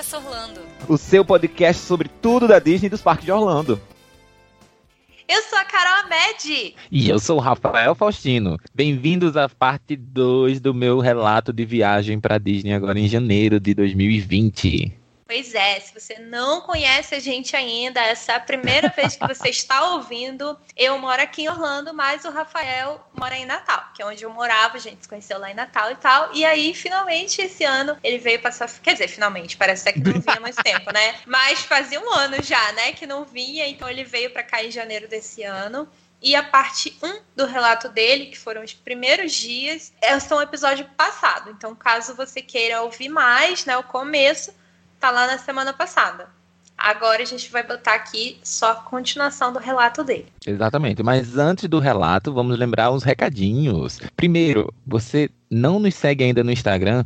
Expresso Orlando, o seu podcast sobre tudo da Disney e dos parques de Orlando. Eu sou a Carol Ahmed. E eu sou o Rafael Faustino. Bem-vindos à parte 2 do meu relato de viagem para Disney agora em janeiro de 2020. Pois é, se você não conhece a gente ainda, essa é a primeira vez que você está ouvindo. Eu moro aqui em Orlando, mas o Rafael mora em Natal, que é onde eu morava, a gente se conheceu lá em Natal e tal. E aí, finalmente, esse ano, ele veio passar... Quer dizer, finalmente, parece até que não vinha há mais tempo, né? Mas fazia um ano já, né, que não vinha, então ele veio para cá em janeiro desse ano. E a parte 1 do relato dele, que foram os primeiros dias, são o episódio passado. Então, caso você queira ouvir mais, né, o começo... tá lá na semana passada. Agora a gente vai botar aqui só a continuação do relato dele. Exatamente, mas antes do relato, vamos lembrar uns recadinhos. Primeiro, você não nos segue ainda no Instagram?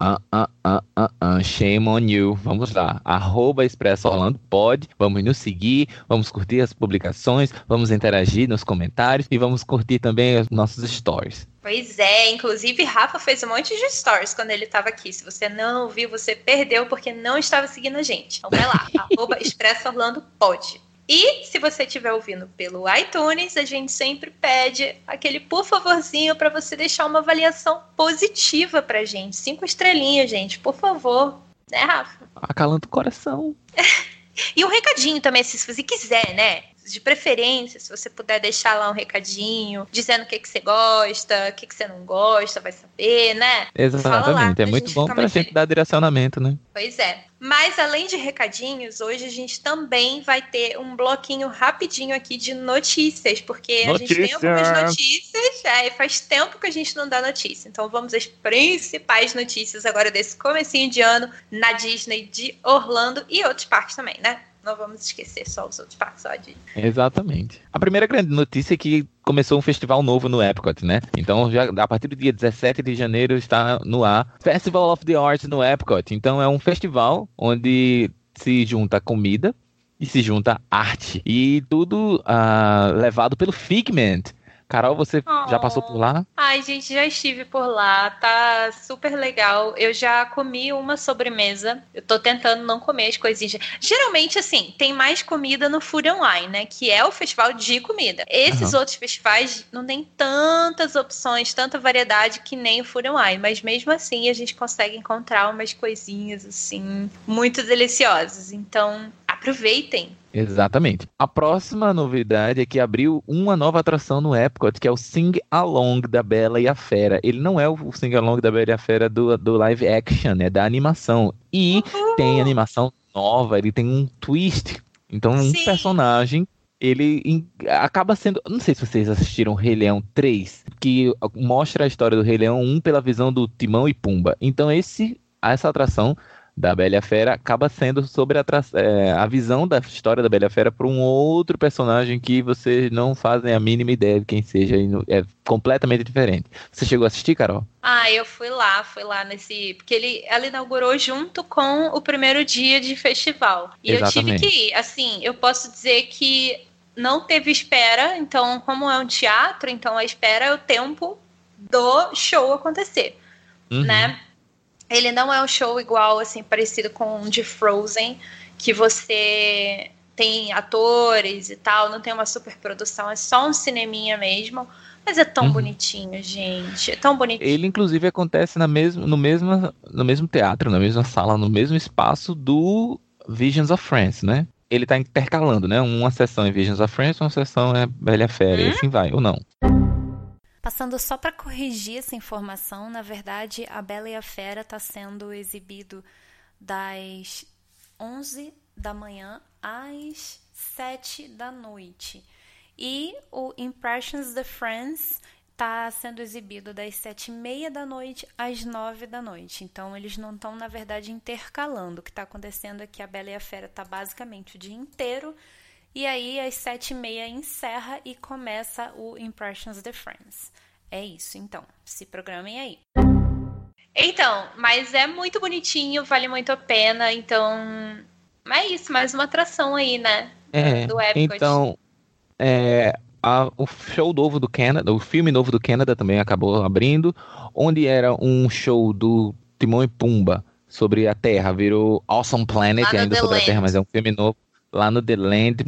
Shame on you. Vamos lá, @ExpressoOrlando pode. Vamos nos seguir, vamos curtir as publicações, vamos interagir nos comentários e vamos curtir também os nossos stories. Pois é, inclusive Rafa fez um monte de stories quando ele estava aqui. Se você não ouviu, você perdeu porque não estava seguindo a gente. Então vai lá, @ExpressoOrlando pode. E se você estiver ouvindo pelo iTunes, a gente sempre pede aquele por favorzinho para você deixar uma avaliação positiva pra gente. 5 estrelinhas, gente, por favor. Né, Rafa? Acalanta o coração. E um recadinho também, se você quiser, né? De preferência, se você puder deixar lá um recadinho, dizendo o que você gosta, o que você não gosta, vai saber, né? Exatamente, é muito bom pra gente dar direcionamento, né? Pois é. Mas além de recadinhos, hoje a gente também vai ter um bloquinho rapidinho aqui de notícias, porque a gente tem algumas notícias, e faz tempo que a gente não dá notícia. Então vamos às principais notícias agora desse comecinho de ano na Disney de Orlando e outros parques também, né? Não vamos esquecer só os outros parques, só a Disney. Exatamente. A primeira grande notícia é que começou um festival novo no Epcot, né? Então, já a partir do dia 17 de janeiro está no ar Festival of the Arts no Epcot. Então, é um festival onde se junta comida e se junta arte. E tudo levado pelo Figment. Carol, você já passou por lá? Ai, gente, já estive por lá, tá super legal. Eu já comi uma sobremesa. Eu tô tentando não comer as coisinhas. Geralmente, assim, tem mais comida no Food and Wine, né? Que é o festival de comida. Esses outros festivais não tem tantas opções, tanta variedade que nem o Food and Wine. Mas mesmo assim, a gente consegue encontrar umas coisinhas, assim, muito deliciosas. Então, aproveitem. Exatamente. A próxima novidade é que abriu uma nova atração no Epcot, que é o Sing Along da Bela e a Fera. Ele não é o Sing Along da Bela e a Fera do live action, é da animação. E tem animação nova, ele tem um twist. Então, um personagem, ele acaba sendo... Não sei se vocês assistiram Rei Leão 3, que mostra a história do Rei Leão 1 pela visão do Timão e Pumba. Então, essa atração da Bela e a Fera acaba sendo sobre a visão da história da Bela e a Fera para um outro personagem que vocês não fazem a mínima ideia de quem seja, e é completamente diferente. Você chegou a assistir, Carol? Eu fui lá nesse... Porque ela inaugurou junto com o primeiro dia de festival. E Exatamente. Eu tive que ir. Assim, eu posso dizer que não teve espera, então, como é um teatro, então a espera é o tempo do show acontecer, né? Ele não é um show igual, assim, parecido com um de Frozen, que você tem atores e tal, não tem uma super produção, é só um cineminha mesmo. Mas é tão bonitinho, gente, é tão bonitinho. Ele, inclusive, acontece no mesmo teatro, na mesma sala, no mesmo espaço do Visions of France, né? Ele tá intercalando, né? Uma sessão é Visions of France, uma sessão é Bela e a Fera, e assim vai, ou não. Passando só para corrigir essa informação, na verdade, a Bela e a Fera está sendo exibido das 11 da manhã às 7 da noite. E o Impressions de France está sendo exibido das 7h30 da noite às 9 da noite. Então, eles não estão, na verdade, intercalando. O que está acontecendo é que a Bela e a Fera está basicamente o dia inteiro. E aí, às 7h30 encerra e começa o Impressions de France. É isso, então. Se programem aí. Então, mas é muito bonitinho, vale muito a pena. Então, é isso, mais uma atração aí, né? Do Epcot. Então, o show novo do Canada, o filme novo do Canada também acabou abrindo, onde era um show do Timão e Pumba, sobre a Terra, virou Awesome Planet, ainda sobre a Terra, mas é um filme novo, lá no The Land,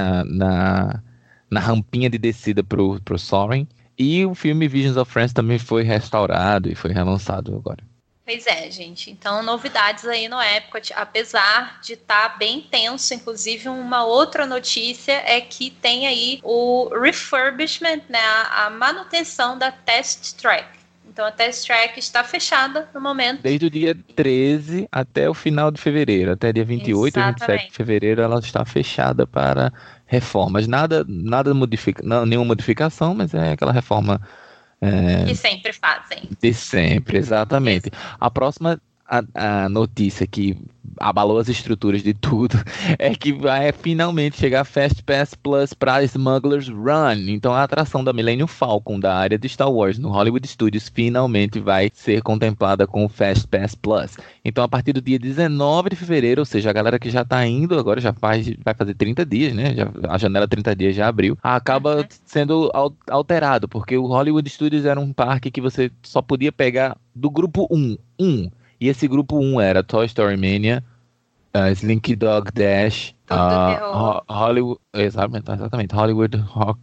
na rampinha de descida pro Soaring. E o filme Visions of France também foi restaurado e foi relançado agora. Pois é, gente. Então, novidades aí no Epcot, apesar de estar bem tenso. Inclusive, uma outra notícia é que tem aí o refurbishment, né, a manutenção da Test Track. Então, a Test Track está fechada no momento. Desde o dia 13 até o final de fevereiro. Até dia 28 ou 27 de fevereiro ela está fechada para reformas. Nada modifica, nenhuma modificação, mas é aquela reforma... que sempre fazem. De sempre, exatamente. A próxima a notícia que abalou as estruturas de tudo é que vai finalmente chegar Fast Pass Plus para Smuggler's Run. Então a atração da Millennium Falcon da área de Star Wars no Hollywood Studios finalmente vai ser contemplada com o Fast Pass Plus. Então a partir do dia 19 de fevereiro, ou seja, a galera que já está indo agora vai fazer 30 dias, né? A janela 30 dias já abriu. Acaba sendo alterado, porque o Hollywood Studios era um parque que você só podia pegar do grupo 1. E esse grupo 1 era Toy Story Mania, Slinky Dog Dash, Hollywood, exatamente, Hollywood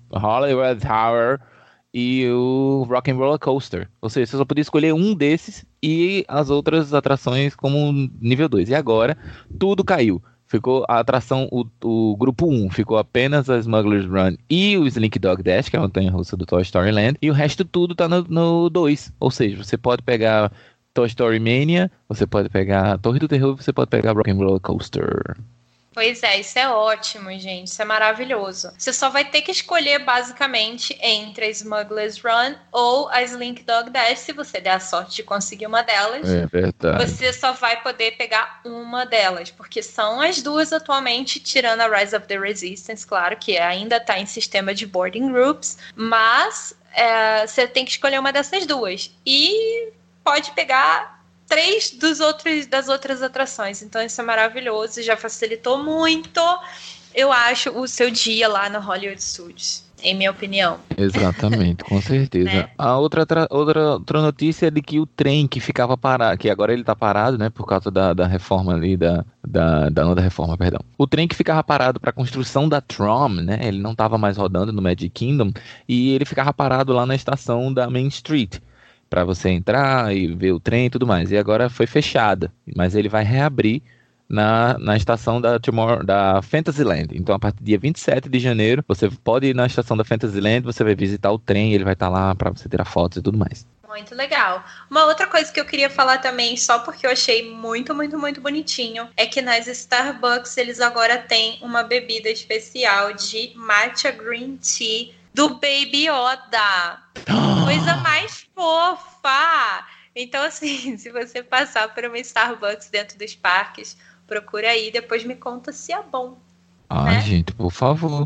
Tower e o Rock and Roller Coaster. Ou seja, você só podia escolher um desses e as outras atrações como nível 2. E agora, tudo caiu. Ficou a atração, o grupo 1 ficou apenas a Smuggler's Run e o Slinky Dog Dash, que é a montanha-russa do Toy Story Land, e o resto tudo tá no 2. Ou seja, você pode pegar Toy Story Mania, você pode pegar Torre do Terror, você pode pegar Rock and Roller Coaster. Pois é, isso é ótimo, gente. Isso é maravilhoso. Você só vai ter que escolher, basicamente, entre a Smuggler's Run ou a Slinky Dog Dash. Se você der a sorte de conseguir uma delas, é verdade, você só vai poder pegar uma delas, porque são as duas atualmente, tirando a Rise of the Resistance, claro, que ainda está em sistema de boarding groups, mas você tem que escolher uma dessas duas. E pode pegar 3 das outras atrações. Então isso é maravilhoso, já facilitou muito, eu acho, o seu dia lá no Hollywood Studios, em minha opinião. Exatamente, com certeza. Né? A outra notícia é de que o trem que ficava parado, que agora ele tá parado, né, por causa da reforma ali, não da reforma, perdão. O trem que ficava parado para a construção da Tron, né, ele não tava mais rodando no Magic Kingdom, e ele ficava parado lá na estação da Main Street, para você entrar e ver o trem e tudo mais. E agora foi fechada, mas ele vai reabrir na estação da Fantasyland. Então, a partir do dia 27 de janeiro, você pode ir na estação da Fantasyland, você vai visitar o trem, ele vai estar lá para você tirar fotos e tudo mais. Muito legal. Uma outra coisa que eu queria falar também, só porque eu achei muito, muito, muito bonitinho, é que nas Starbucks eles agora têm uma bebida especial de Matcha Green Tea do Baby Yoda. Coisa mais fofa! Então, assim, se você passar por uma Starbucks dentro dos parques, procura aí, depois me conta se é bom. Né? Gente, por favor.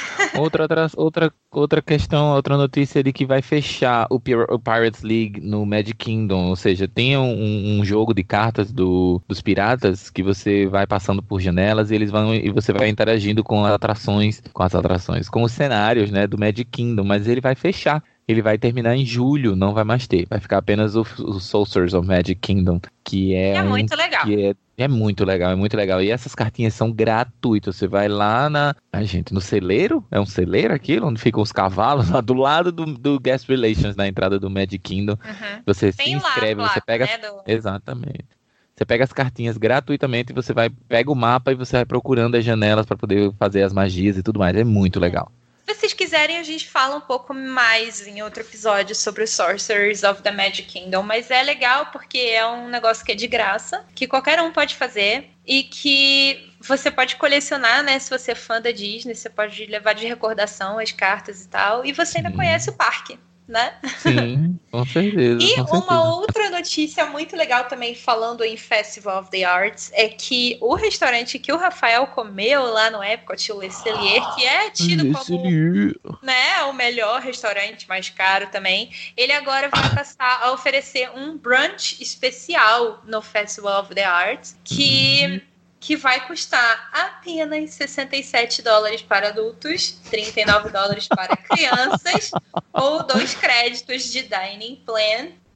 Outra questão, outra notícia de que vai fechar o Pirates League no Magic Kingdom. Ou seja, tem um jogo de cartas dos piratas que você vai passando por janelas e você vai interagindo com as atrações, com os cenários, né, do Magic Kingdom, mas ele vai fechar. Ele vai terminar em julho, não vai mais ter. Vai ficar apenas o Sorcerers of Magic Kingdom, que é muito legal. É muito legal, é muito legal. E essas cartinhas são gratuitas. Você vai lá no celeiro? É um celeiro aquilo? Onde ficam os cavalos? Lá do lado do Guest Relations, na entrada do Magic Kingdom. Uhum. Você se inscreve, você pega... Né, Exatamente. Você pega as cartinhas gratuitamente e você pega o mapa e você vai procurando as janelas para poder fazer as magias e tudo mais. É muito legal. Se vocês quiserem, a gente fala um pouco mais em outro episódio sobre os Sorcerers of the Magic Kingdom, mas é legal porque é um negócio que é de graça, que qualquer um pode fazer e que você pode colecionar, né? Se você é fã da Disney, você pode levar de recordação as cartas e tal, e você ainda conhece o parque, né? Sim, com certeza. E uma outra notícia muito legal também, falando em Festival of the Arts, é que o restaurante que o Rafael comeu lá no Epcot, o Le Cellier, que é tido como, né, o melhor restaurante, mais caro também, ele agora vai passar a oferecer um brunch especial no Festival of the Arts, que vai custar apenas $67 para adultos, $39 para crianças, ou 2 créditos de dining plan.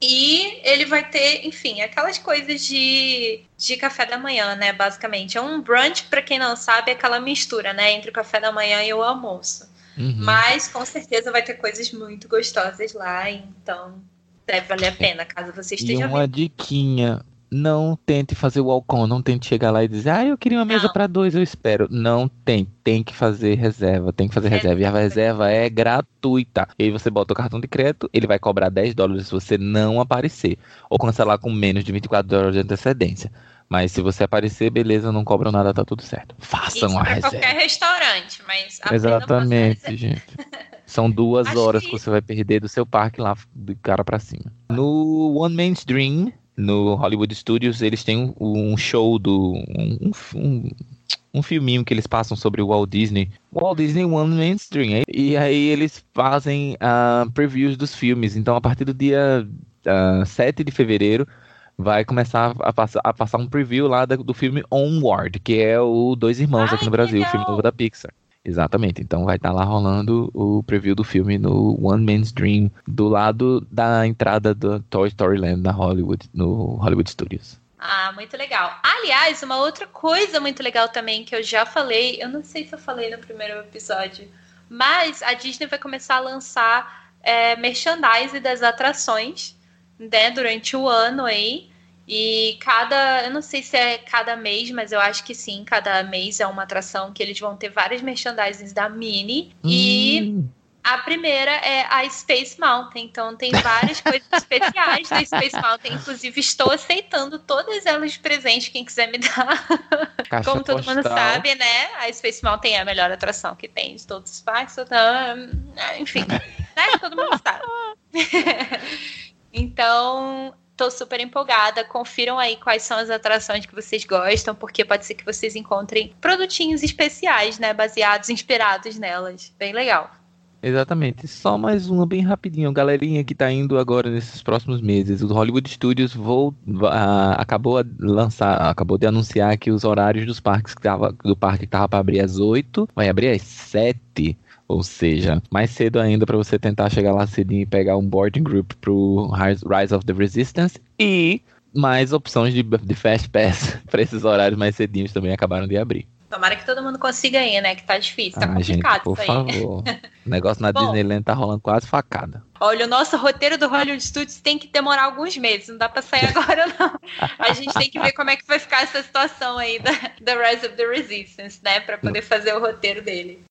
E ele vai ter, enfim, aquelas coisas de café da manhã, né, basicamente. É um brunch, pra quem não sabe, é aquela mistura, né, entre o café da manhã e o almoço. Mas, com certeza, vai ter coisas muito gostosas lá, então deve valer a pena, caso você esteja E uma diquinha, não tente fazer o walk-on, não tente chegar lá e dizer, eu queria uma mesa para 2, eu espero. Não tem que fazer reserva, E a reserva é gratuita. E aí você bota o cartão de crédito, ele vai cobrar $10 se você não aparecer. Ou cancelar com menos de 24 horas de antecedência. Mas se você aparecer, beleza, não cobram nada, tá tudo certo. Façam a reserva. Qualquer restaurante, mas exatamente, gente. São 2 horas que você vai perder do seu parque lá, de cara pra cima. No One Man's Dream, no Hollywood Studios, eles têm um show um filminho que eles passam sobre o Walt Disney One Man's Dream. E aí eles fazem previews dos filmes. Então, a partir do dia 7 de fevereiro, vai começar a passar um preview lá do filme Onward, que é o Dois Irmãos aqui no Brasil, o filme novo da Pixar. Exatamente, então vai estar lá rolando o preview do filme no One Man's Dream, do lado da entrada do Toy Story Land no Hollywood Studios. Muito legal. Aliás, uma outra coisa muito legal também que eu já falei, eu não sei se eu falei no primeiro episódio, mas a Disney vai começar a lançar merchandising das atrações, né, durante o ano aí. E eu não sei se é cada mês, mas eu acho que sim, cada mês é uma atração que eles vão ter várias merchandisings da Minnie. E a primeira é a Space Mountain, então tem várias coisas especiais da Space Mountain, inclusive estou aceitando todas elas de presente, quem quiser me dar. Caixa Como todo postal. mundo sabe, né, a Space Mountain é a melhor atração que tem de todos os parques, enfim, né, todo mundo sabe. Então, tô super empolgada. Confiram aí quais são as atrações que vocês gostam, porque pode ser que vocês encontrem produtinhos especiais, né, baseados, inspirados nelas. Bem legal. Exatamente. Só mais uma bem rapidinho. Galerinha que tá indo agora nesses próximos meses. O Hollywood Studios acabou de anunciar que os horários do parque que tava para abrir às 8, vai abrir às 7. Ou seja, mais cedo ainda para você tentar chegar lá cedinho e pegar um boarding group pro Rise of the Resistance. E mais opções de Fast Pass para esses horários mais cedinhos também acabaram de abrir. Tomara que todo mundo consiga ir, né? Que tá difícil, tá complicado, gente, por isso aí. favor. O negócio na Disneyland tá rolando quase facada. Olha, o nosso roteiro do Hollywood Studios tem que demorar alguns meses. Não dá pra sair agora, não. A gente tem que ver como é que vai ficar essa situação aí da Rise of the Resistance, né? Pra poder fazer o roteiro dele.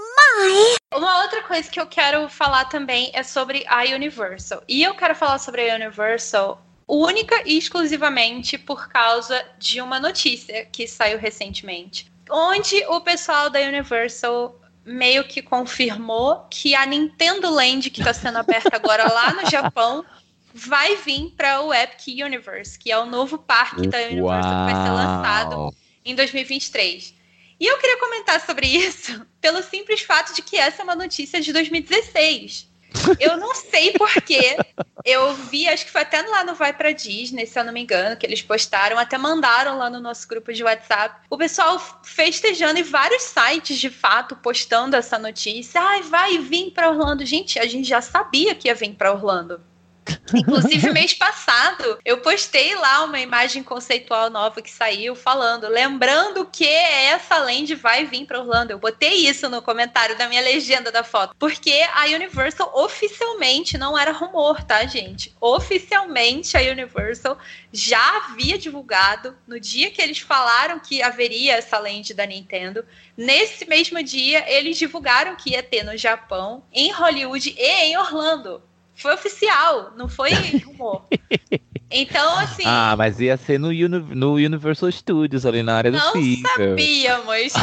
Uma outra coisa que eu quero falar também é sobre a Universal. E eu quero falar sobre a Universal única e exclusivamente por causa de uma notícia que saiu recentemente, onde o pessoal da Universal meio que confirmou que a Nintendo Land, que está sendo aberta agora lá no Japão, vai vir para o Epic Universe, que é o novo parque da Universal que vai ser lançado em 2023. E eu queria comentar sobre isso pelo simples fato de que essa é uma notícia de 2016. Eu não sei porquê. Eu vi, acho que foi até lá no Vai Pra Disney, se eu não me engano, que eles postaram, até mandaram lá no nosso grupo de WhatsApp. O pessoal festejando e vários sites, de fato, postando essa notícia. Vai vir pra Orlando. Gente, a gente já sabia que ia vir pra Orlando. Inclusive, mês passado, eu postei lá uma imagem conceitual nova que saiu, lembrando que essa land vai vir para Orlando. Eu botei isso no comentário da minha legenda da foto, porque a Universal oficialmente, não era rumor, tá, gente? Oficialmente, a Universal já havia divulgado, no dia que eles falaram que haveria essa land da Nintendo, nesse mesmo dia, eles divulgaram que ia ter no Japão, em Hollywood e em Orlando. Foi oficial, não foi rumor. Então, assim... mas ia ser no Universal Studios, ali na área do Fica. Não sabíamos.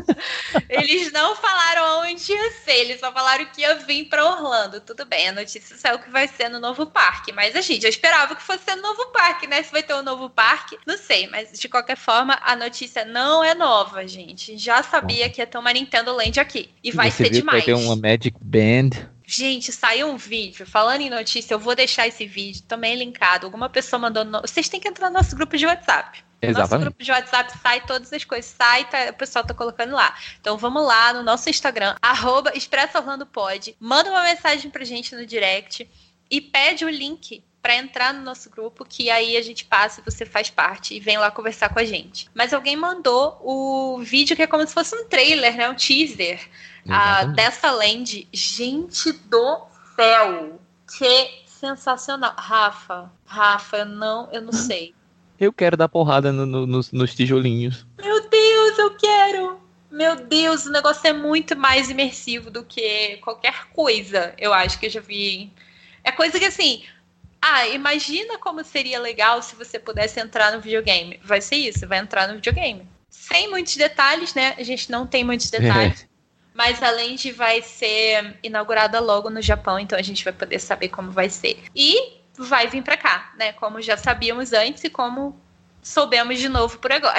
Eles não falaram onde ia ser, eles só falaram que ia vir para Orlando. Tudo bem, a notícia saiu que vai ser no novo parque, mas a gente já esperava que fosse no novo parque, né? Se vai ter um novo parque, não sei, mas de qualquer forma, a notícia não é nova, gente. Já sabia que ia ter uma Nintendo Land aqui, e vai ser demais. Vai ter uma Magic Band... Gente, saiu um vídeo, falando em notícia, eu vou deixar esse vídeo também linkado. Alguma pessoa mandou... Vocês têm que entrar no nosso grupo de WhatsApp. Exatamente. Nosso grupo de WhatsApp sai todas as coisas, o pessoal tá colocando lá. Então vamos lá no nosso Instagram, @ExpressoOrlandoPod, manda uma mensagem pra gente no direct e pede o link para entrar no nosso grupo, que aí a gente passa e você faz parte e vem lá conversar com a gente. Mas alguém mandou o vídeo que é como se fosse um trailer, né? Um teaser dessa land. Gente do céu! Que sensacional. Rafa, eu não sei. Eu quero dar porrada nos tijolinhos. Meu Deus, eu quero! Meu Deus, o negócio é muito mais imersivo do que qualquer coisa, eu acho que eu já vi. É coisa que assim... imagina como seria legal se você pudesse entrar no videogame. Vai ser isso, vai entrar no videogame. Sem muitos detalhes, né? A gente não tem muitos detalhes. Mas a Land vai ser inaugurada logo no Japão, então a gente vai poder saber como vai ser. E vai vir pra cá, né? Como já sabíamos antes e como soubemos de novo por agora.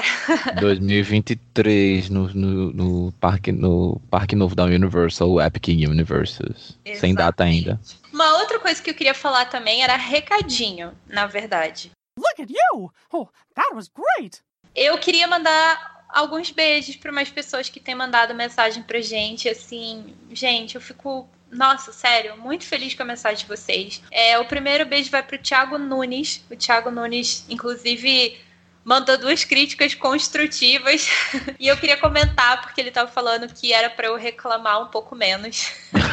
2023 no parque novo da Universal, Epic Universes. Exatamente. Sem data ainda. Uma outra coisa que eu queria falar também era recadinho, na verdade. Look at you! Oh, that was great! Eu queria mandar alguns beijos para umas pessoas que têm mandado mensagem pra gente, assim, gente, eu fico, nossa, sério, muito feliz com a mensagem de vocês. O primeiro beijo vai pro Thiago Nunes. O Thiago Nunes, inclusive, mandou 2 críticas construtivas e eu queria comentar porque ele estava falando que era para eu reclamar um pouco menos.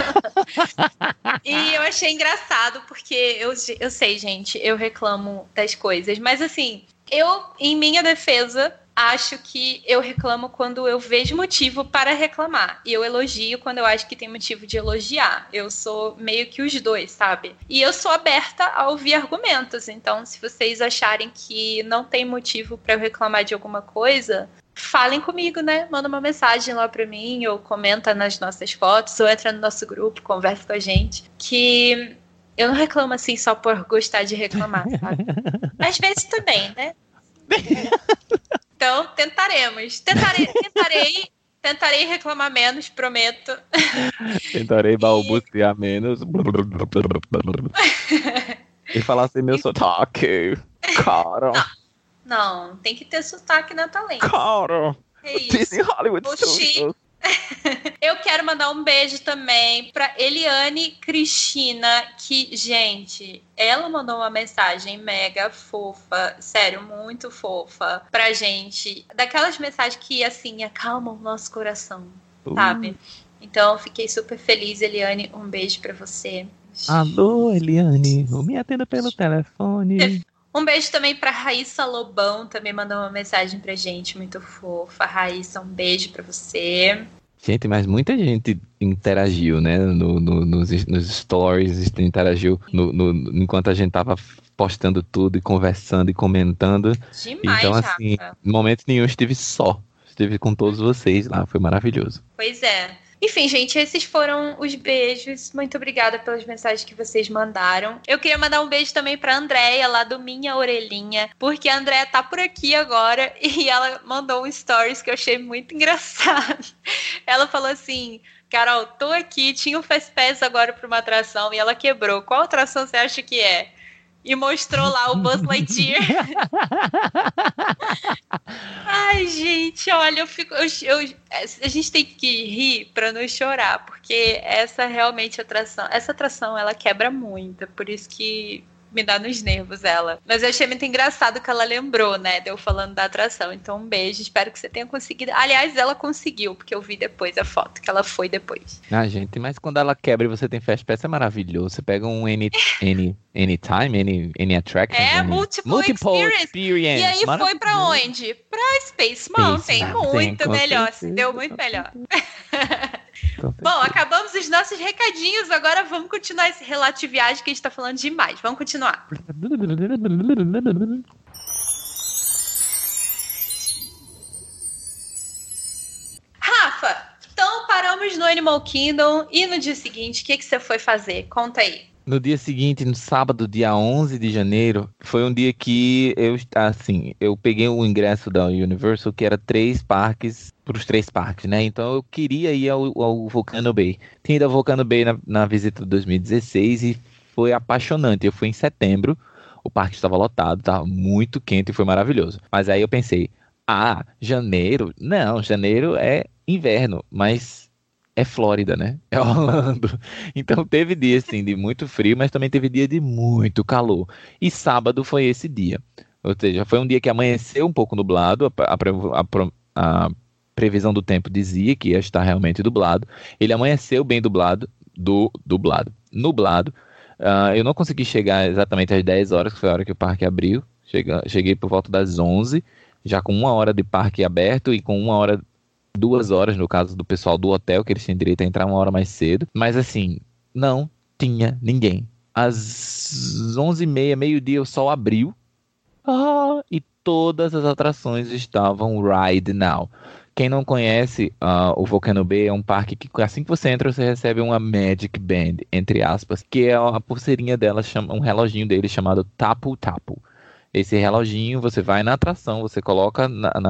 E eu achei engraçado porque eu sei, gente, eu reclamo das coisas, mas assim, eu, em minha defesa, acho que eu reclamo quando eu vejo motivo para reclamar. E eu elogio quando eu acho que tem motivo de elogiar. Eu sou meio que os dois, sabe? E eu sou aberta a ouvir argumentos. Então, se vocês acharem que não tem motivo para eu reclamar de alguma coisa, falem comigo, né? Manda uma mensagem lá pra mim, ou comenta nas nossas fotos, ou entra no nosso grupo, conversa com a gente. Que eu não reclamo assim só por gostar de reclamar, sabe? Às vezes também, né? Então, tentaremos. Tentarei reclamar menos, prometo. Tentarei balbuciar menos. E falar assim, meu sotaque. Cara. Não, tem que ter sotaque na Talento. Cara. É isso. Disney Hollywood Studios. Eu quero mandar um beijo também pra Eliane Cristina, que, gente, ela mandou uma mensagem mega fofa, sério, muito fofa pra gente. Daquelas mensagens que, assim, acalmam o nosso coração, sabe? Então, fiquei super feliz, Eliane, um beijo pra você. Alô, Eliane, me atenda pelo telefone. Um beijo também pra Raíssa Lobão, também mandou uma mensagem pra gente, muito fofa. Raíssa, um beijo pra você. Gente, mas muita gente interagiu, né, nos stories, interagiu enquanto a gente tava postando tudo e conversando e comentando. Demais, então, assim, Rafa. em momento nenhum estive só. Estive com todos vocês lá, foi maravilhoso. Pois é. Enfim, gente, esses foram os beijos. Muito obrigada pelas mensagens que vocês mandaram. Eu queria mandar um beijo também pra Andréia, lá do Minha Orelhinha, porque a Andréia tá por aqui agora e ela mandou um stories que eu achei muito engraçado. Ela falou assim: Carol, tô aqui, tinha um Fast Pass agora pra uma atração e ela quebrou. Qual atração você acha que é? E mostrou lá o Buzz Lightyear. Ai, gente, olha, a gente tem que rir pra não chorar, porque essa atração, ela quebra muito, por isso que me dá nos nervos ela. Mas eu achei muito engraçado que ela lembrou, né, de eu falando da atração. Então, um beijo, espero que você tenha conseguido. Aliás, ela conseguiu, porque eu vi depois a foto, que ela foi depois. Ah, gente, mas quando ela quebra e você tem Fast Pass, é maravilhoso. Você pega um Anytime, Any Attraction. Multiple experience. E aí foi pra onde? Pra Space Mountain. Muito melhor, se deu muito melhor. Bom, acabamos os nossos recadinhos, agora vamos continuar esse relativiagem que a gente tá falando demais. Vamos continuar. Rafa, então paramos no Animal Kingdom e no dia seguinte, o que você foi fazer? Conta aí. No dia seguinte, no sábado, dia 11 de janeiro, foi um dia que eu peguei o ingresso da Universal, que era 3 parques, para os 3 parques, né? Então eu queria ir ao Volcano Bay. Tinha ido ao Volcano Bay na visita de 2016 e foi apaixonante. Eu fui em setembro, o parque estava lotado, estava muito quente e foi maravilhoso. Mas aí eu pensei, janeiro? Não, janeiro é inverno, mas é Flórida, né? É Orlando. Então teve dia, assim, de muito frio, mas também teve dia de muito calor. E sábado foi esse dia. Ou seja, foi um dia que amanheceu um pouco nublado, a previsão do tempo dizia que ia estar realmente nublado. Ele amanheceu bem nublado. Eu não consegui chegar exatamente às 10 horas, que foi a hora que o parque abriu. Cheguei por volta das 11, já com 1 hora de parque aberto e com 2 horas, no caso do pessoal do hotel, que eles tinham direito a entrar 1 hora mais cedo. Mas assim, não tinha ninguém. Às 11h30, meio-dia, o sol abriu. E todas as atrações estavam Ride Now. Quem não conhece, o Volcano Bay é um parque que assim que você entra, você recebe uma Magic Band, entre aspas, que é a pulseirinha dela, um reloginho dele chamado Tapu Tapu. Esse reloginho, você vai na atração, você coloca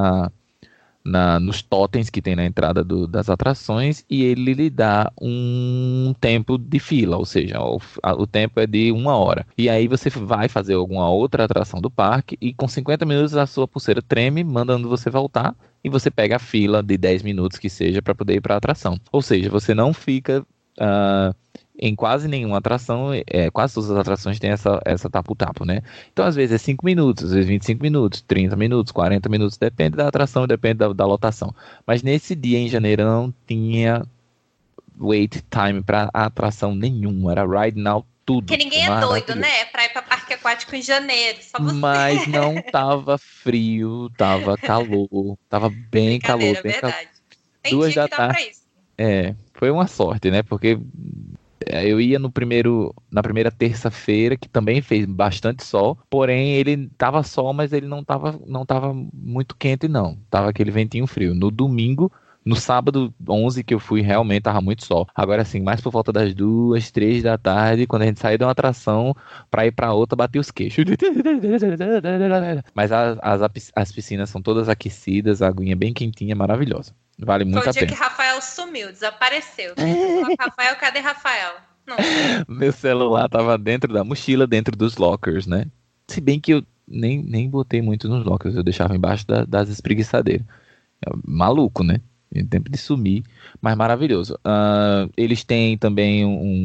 nos totens que tem na entrada das atrações e ele lhe dá um tempo de fila, ou seja, o tempo é de 1 hora. E aí você vai fazer alguma outra atração do parque e com 50 minutos a sua pulseira treme, mandando você voltar e você pega a fila de 10 minutos que seja para poder ir para a atração. Ou seja, você não fica em quase nenhuma atração, quase todas as atrações têm essa tapu-tapu, né? Então, às vezes é 5 minutos, às vezes 25 minutos, 30 minutos, 40 minutos, depende da atração, depende da lotação. Mas nesse dia, em janeiro, não tinha wait time para atração nenhuma, era Ride Now tudo. Porque ninguém é doido, né? Pra ir pra parque aquático em janeiro, só você. Mas não tava frio, tava calor, tava bem calor. É verdade. Tem 2 dia da que dá tarde. pra isso. Foi uma sorte, né? Porque eu ia na primeira terça-feira, que também fez bastante sol, porém ele tava sol, mas ele não tava muito quente, não. Tava aquele ventinho frio. No domingo, no sábado 11 que eu fui, realmente tava muito sol. Agora sim, mais por volta das 2, 3 da tarde, quando a gente saiu de uma atração pra ir pra outra, bateu os queixos. Mas as piscinas são todas aquecidas, a aguinha bem quentinha, maravilhosa. Vale muito a pena. Foi o dia que Rafael sumiu, desapareceu. Rafael, cadê Rafael? Não. Meu celular tava dentro da mochila, dentro dos lockers, né? Se bem que eu nem botei muito nos lockers, eu deixava embaixo das espreguiçadeiras. Maluco, né? Em tempo de sumir, mas maravilhoso. Eles têm também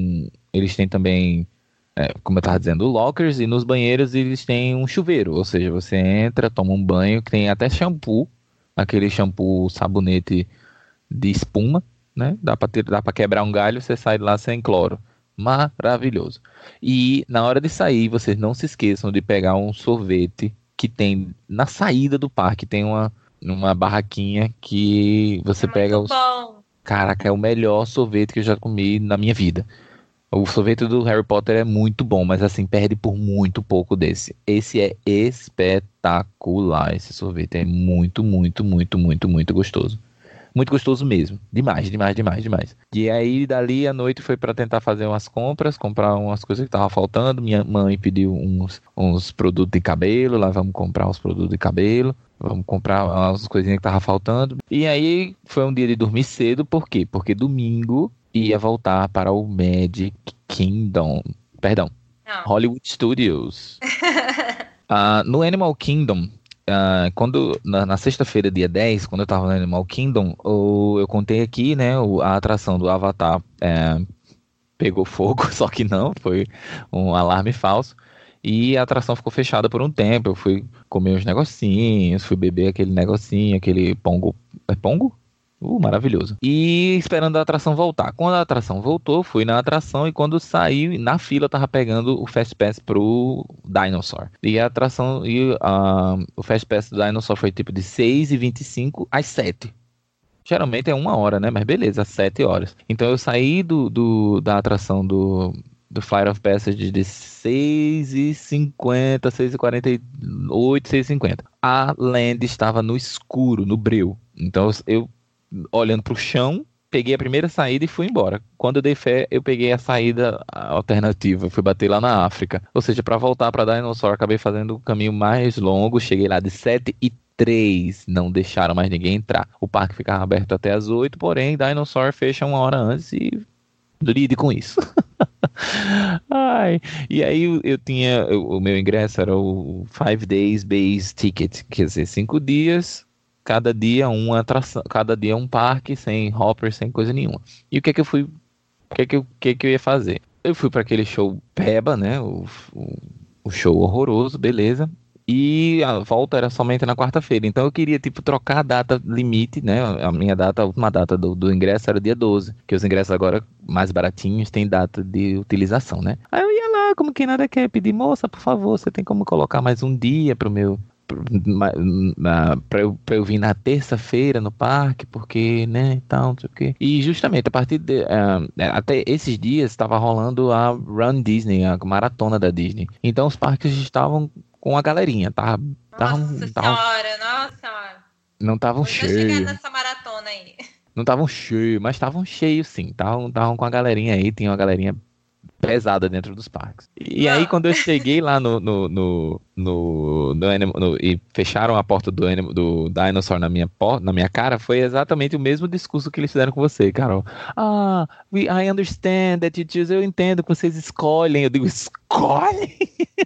como eu tava dizendo, lockers, e nos banheiros eles têm um chuveiro, ou seja, você entra, toma um banho, que tem até shampoo, aquele shampoo sabonete de espuma, né? Dá pra quebrar um galho, você sai de lá sem cloro. Maravilhoso. E na hora de sair, vocês não se esqueçam de pegar um sorvete que tem na saída do parque, tem uma barraquinha que você pega muito bom. Caraca, é o melhor sorvete que eu já comi na minha vida. O sorvete do Harry Potter é muito bom, mas assim, perde por muito pouco desse. Esse é espetacular, esse sorvete. É muito, muito, muito, muito, muito gostoso. Muito gostoso mesmo. Demais, demais, demais, demais. E aí, dali à noite, foi para tentar fazer umas compras, comprar umas coisas que estavam faltando. Minha mãe pediu uns produtos de cabelo, lá vamos comprar uns produtos de cabelo. Vamos comprar umas coisinhas que estavam faltando. E aí, foi um dia de dormir cedo, por quê? Porque domingo ia voltar para o Magic Kingdom. Perdão. Não. Hollywood Studios. No Animal Kingdom, na sexta-feira, dia 10, quando eu tava no Animal Kingdom, eu contei aqui, né, a atração do Avatar pegou fogo, só que não, foi um alarme falso. E a atração ficou fechada por um tempo. Eu fui comer uns negocinhos, fui beber aquele negocinho, aquele pongo. É pongo? Maravilhoso. E esperando a atração voltar. Quando a atração voltou, fui na atração e quando saí, na fila, eu tava pegando o Fast Pass pro Dinosaur. E a atração, o Fast Pass do Dinosaur foi tipo de 6h25 às 7. Geralmente é 1 hora, né? Mas beleza, às 7 horas. Então eu saí da atração do Flight of Passage de 6h50, 6h48, 6h50. A land estava no escuro, no breu. Então eu olhando pro chão, peguei a primeira saída e fui embora. Quando eu dei fé, eu peguei a saída alternativa, fui bater lá na África. Ou seja, para voltar para Dinosaur, acabei fazendo o caminho mais longo, cheguei lá de 7h03, não deixaram mais ninguém entrar. O parque ficava aberto até as 8, porém, Dinosaur fecha 1 hora antes e lide com isso. E aí eu o meu ingresso era o 5 Days Base Ticket, quer dizer, 5 dias cada dia uma atração, cada dia um parque, sem hopper, sem coisa nenhuma. E o que é que eu fui, o que eu ia fazer? Eu fui para aquele show Peba, né, o show horroroso, beleza. E a volta era somente na quarta-feira. Então eu queria, tipo, trocar a data limite, né? A última data do ingresso era dia 12. Que os ingressos agora, mais baratinhos, têm data de utilização, né? Aí eu ia lá, como quem nada quer, pedir, moça, por favor, você tem como colocar mais um dia pro meu... Pra eu vir na terça-feira no parque, porque, né, e tal, não sei o quê. E justamente, a partir de... até esses dias, estava rolando a Run Disney, a maratona da Disney. Então os parques estavam com a galerinha, Nossa senhora. Não estavam Vou chegar cheios. nessa maratona aí. Não estavam cheios, mas estavam cheios sim. Estavam com a galerinha aí, tinha uma galerinha pesada dentro dos parques. E aí, quando eu cheguei lá e fecharam a porta do Dinosaur na minha cara, foi exatamente o mesmo discurso que eles fizeram com você, Carol. I understand that you choose. Eu entendo que vocês escolhem. Eu digo, escolhem?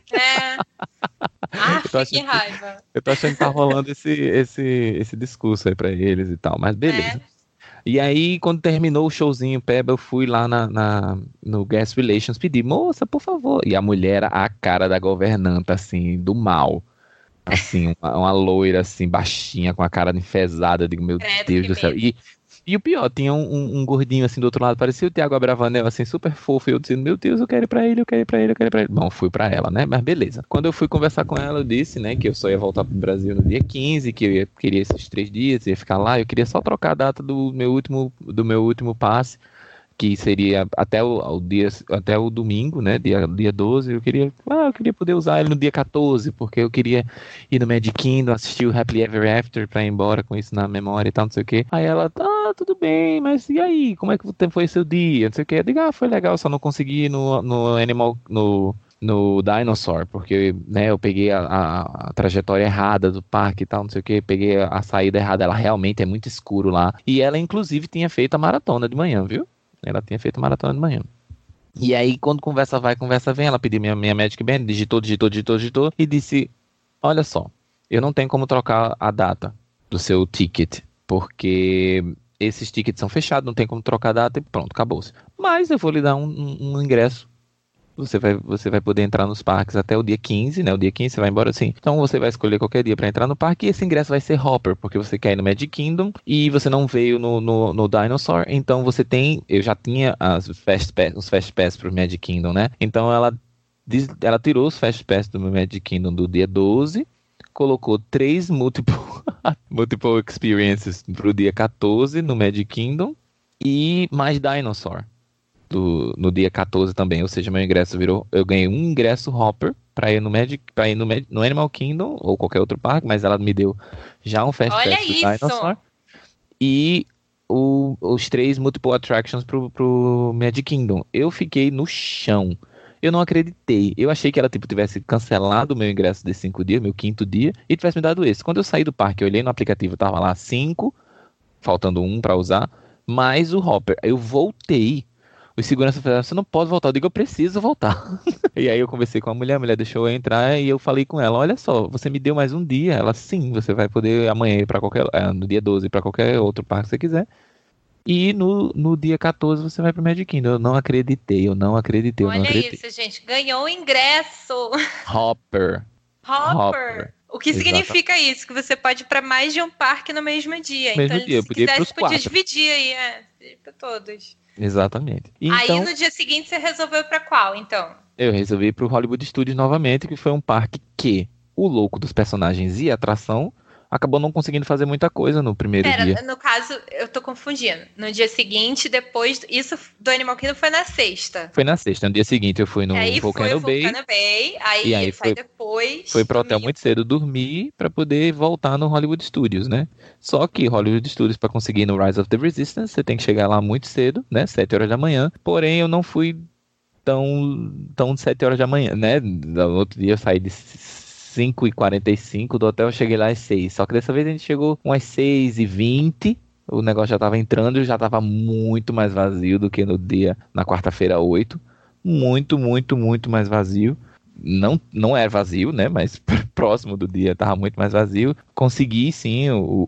Que raiva. Eu tô achando que tá rolando esse discurso aí pra eles e tal, mas beleza. E aí, quando terminou o showzinho Peba, eu fui lá no Guest Relations pedir, moça, por favor. E a mulher era a cara da governanta, assim, do mal. Assim, uma loira, assim, baixinha, com a cara enfesada. Eu digo, meu Deus do céu. E o pior, tinha um gordinho, assim, do outro lado, parecia o Thiago Abravanel, assim, super fofo. E eu dizendo, meu Deus, eu quero ir pra ele. Bom, fui pra ela, né? Mas beleza. Quando eu fui conversar com ela, eu disse, né, que eu só ia voltar pro Brasil no dia 15, que eu queria esses 3 dias, ia ficar lá. Eu queria só trocar a data do meu último passe, que seria até o domingo, né, dia 12, eu queria poder usar ele no dia 14, porque eu queria ir no Magic Kingdom, assistir o Happily Ever After pra ir embora com isso na memória e tal, não sei o que. Aí ela, tudo bem, mas e aí, como é que foi seu dia, não sei o que. Eu digo, foi legal, só não consegui ir no Dinosaur, porque, né, eu peguei a trajetória errada do parque e tal, não sei o que, peguei a saída errada, ela realmente é muito escuro lá, e ela inclusive tinha feito a maratona de manhã, viu? Ela tinha feito maratona de manhã. E aí, quando conversa vai, conversa vem, ela pediu minha Magic Band, digitou, e disse, olha só, eu não tenho como trocar a data do seu ticket, porque esses tickets são fechados, não tem como trocar a data e pronto, acabou-se. Mas eu vou lhe dar um ingresso. Você vai poder entrar nos parques até o dia 15, né? O dia 15 você vai embora assim. Então você vai escolher qualquer dia para entrar no parque e esse ingresso vai ser Hopper, porque você quer ir no Magic Kingdom e você não veio no Dinosaur. Então você tem... Eu já tinha os Fast Pass pro Magic Kingdom, né? Então ela tirou os Fast Pass do Magic Kingdom do dia 12, colocou 3 multiple experiences pro dia 14 no Magic Kingdom e mais Dinosaur no dia 14 também, ou seja, meu ingresso eu ganhei um ingresso Hopper pra ir no Animal Kingdom ou qualquer outro parque, mas ela me deu já um Fast Pass do Dinosaur e os 3 multiple attractions pro Magic Kingdom. Eu fiquei no chão. Eu não acreditei. Eu achei que ela tivesse cancelado o meu ingresso de 5 dias, meu 5º dia, e tivesse me dado esse. Quando eu saí do parque, eu olhei no aplicativo, tava lá 5, faltando 1 pra usar, mais o Hopper. Eu voltei. Os seguranças falaram, você não pode voltar. Eu digo, eu preciso voltar. E aí eu conversei com a mulher deixou eu entrar e eu falei com ela, olha só, você me deu mais um dia. Ela, sim, você vai poder amanhã ir pra no dia 12 para qualquer outro parque que você quiser. E no dia 14 você vai pro Magic Kingdom. Eu não acreditei. Olha isso, gente. Ganhou o ingresso. Hopper. O que significa isso? Que você pode ir para mais de um parque no mesmo dia. Mesmo dia, se quisesse, podia dividir aí, para todos. Exatamente. Aí no dia seguinte você resolveu ir para qual, então? Eu resolvi ir pro Hollywood Studios novamente, que foi um parque que o louco dos personagens e atração acabou não conseguindo fazer muita coisa no primeiro dia. No caso, eu tô confundindo. No dia seguinte, depois... Isso do Animal Kingdom foi na sexta. Foi na sexta. No dia seguinte eu fui no Volcano Bay. Aí sai depois... Foi pro hotel muito cedo dormir pra poder voltar no Hollywood Studios, né? Só que Hollywood Studios, pra conseguir ir no Rise of the Resistance, você tem que chegar lá muito cedo, né? 7 horas da manhã. Porém, eu não fui tão 7 horas da manhã, né? No outro dia eu saí de 5h45 do hotel, eu cheguei lá às 6. Só que dessa vez a gente chegou umas 6h20. O negócio já tava entrando e já tava muito mais vazio do que na quarta-feira 8. Muito mais vazio. não era vazio, né? Mas próximo do dia tava muito mais vazio. Consegui, sim,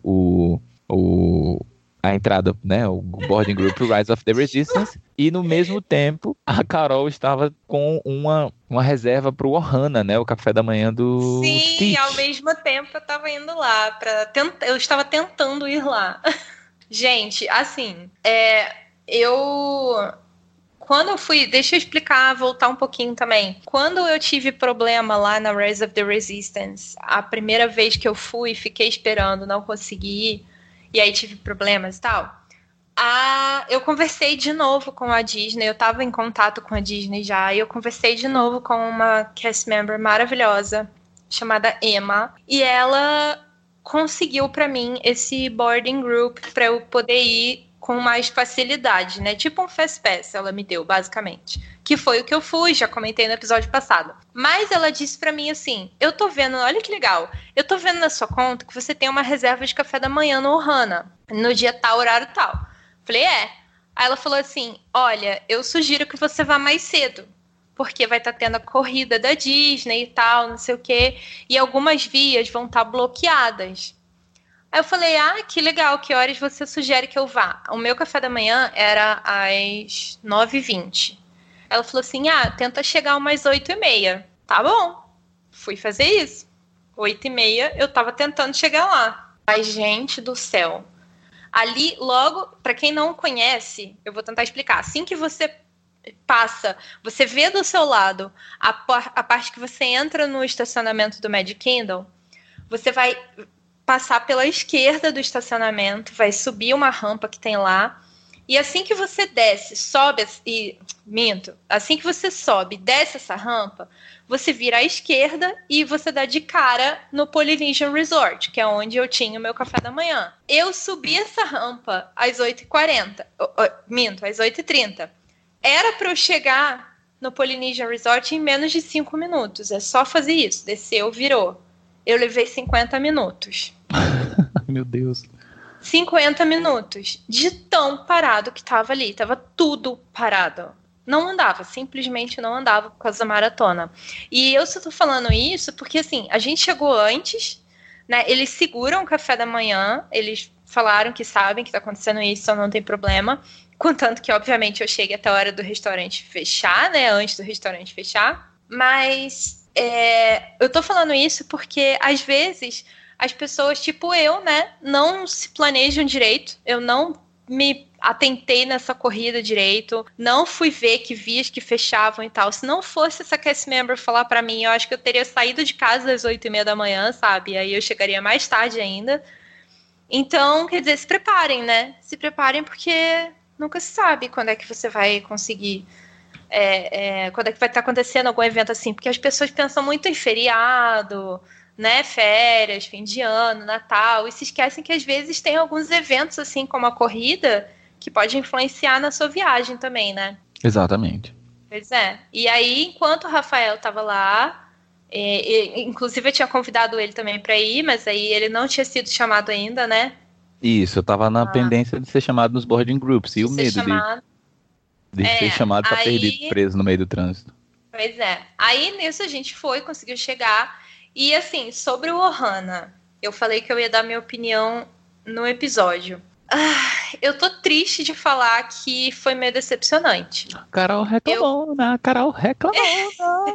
a entrada, né? O boarding group Rise of the Resistance. E no mesmo tempo, a Carol estava com uma reserva pro Ohana, né? O café da manhã do Sim, Stitch. ao mesmo tempo eu tava indo lá. Eu estava tentando ir lá. Gente, assim, quando eu fui, deixa eu explicar, voltar um pouquinho também. Quando eu tive problema lá na Rise of the Resistance, a primeira vez que eu fui, fiquei esperando, não consegui ir, e aí tive problemas e tal, eu conversei de novo com a Disney, eu tava em contato com a Disney já, e eu conversei de novo com uma cast member maravilhosa, chamada Emma, e ela conseguiu pra mim esse boarding group pra eu poder ir com mais facilidade, né? Tipo um Fast Pass ela me deu, basicamente. Que foi o que eu fui, já comentei no episódio passado. Mas ela disse pra mim assim, eu tô vendo, olha que legal, eu tô vendo na sua conta que você tem uma reserva de café da manhã no Ohana, no dia tal, horário tal. Falei, Aí ela falou assim, olha, eu sugiro que você vá mais cedo, porque vai estar tendo a corrida da Disney e tal, não sei o quê, e algumas vias vão estar bloqueadas. Aí eu falei, que legal, que horas você sugere que eu vá? O meu café da manhã era às 9h20. Ela falou assim, tenta chegar umas 8h30. Tá bom, fui fazer isso. 8h30 eu tava tentando chegar lá. Mas, gente do céu, ali logo, pra quem não conhece, eu vou tentar explicar. Assim que você passa, você vê do seu lado a parte que você entra no estacionamento do Magic Kingdom, você vai passar pela esquerda do estacionamento, vai subir uma rampa que tem lá, e assim que você desce, assim que você sobe, desce essa rampa, você vira à esquerda e você dá de cara no Polynesian Resort, que é onde eu tinha o meu café da manhã. Eu subi essa rampa às 8h40, às 8h30. Era para eu chegar no Polynesian Resort em menos de 5 minutos, é só fazer isso, desceu, virou. Eu levei 50 minutos. Meu Deus. 50 minutos de tão parado que tava ali. Tava tudo parado. Não andava, simplesmente não andava por causa da maratona. E eu só tô falando isso porque, assim, a gente chegou antes, né? Eles seguram o café da manhã, eles falaram que sabem que tá acontecendo isso, então não tem problema. Contanto que, obviamente, eu chegue até a hora do restaurante fechar, né? Antes do restaurante fechar. Mas eu tô falando isso porque, às vezes, as pessoas, tipo eu, né, não se planejam direito. Eu não me atentei nessa corrida direito, não fui ver que vias que fechavam e tal. Se não fosse essa cast member falar pra mim, eu acho que eu teria saído de casa às 8h30 da manhã, sabe? Aí eu chegaria mais tarde ainda. Então, quer dizer, se preparem, né? Se preparem porque nunca se sabe quando é que você vai conseguir... quando é que vai estar acontecendo algum evento assim, porque as pessoas pensam muito em feriado, né, férias, fim de ano, Natal, e se esquecem que às vezes tem alguns eventos assim, como a corrida, que pode influenciar na sua viagem também, né? Exatamente. Pois é. E aí, enquanto o Rafael estava lá, inclusive eu tinha convidado ele também para ir, mas aí ele não tinha sido chamado ainda, né? Isso, eu tava na pendência de ser chamado nos boarding groups, e o medo de ser chamado pra perdido, preso no meio do trânsito. Pois é. Aí nisso a gente conseguiu chegar. E assim, sobre o Ohana, eu falei que eu ia dar minha opinião no episódio. Eu tô triste de falar que foi meio decepcionante. Carol reclamou, Carol reclamou.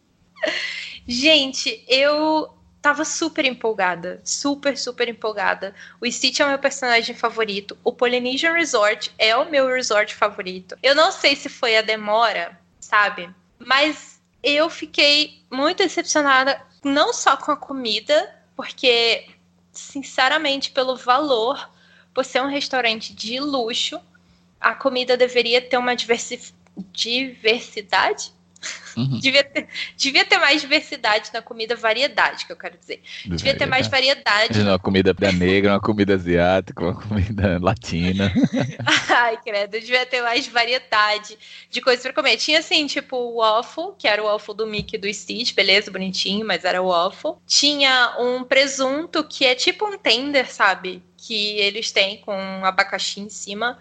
Gente, eu tava super empolgada. Super, super empolgada. O Stitch é o meu personagem favorito. O Polynesian Resort é o meu resort favorito. Eu não sei se foi a demora, sabe? Mas eu fiquei muito decepcionada, não só com a comida, porque, sinceramente, pelo valor, por ser um restaurante de luxo, a comida deveria ter uma diversidade? Uhum. Devia ter mais diversidade na comida, variedade, que eu quero dizer. Devia ter mais variedade. Uma comida negra, uma comida asiática, uma comida latina. Ai, credo, devia ter mais variedade de coisas pra comer. Tinha assim, tipo, o waffle, que era o waffle do Mickey e do Stitch, beleza, bonitinho, mas era o waffle. Tinha um presunto que é tipo um tender, sabe? Que eles têm com abacaxi em cima.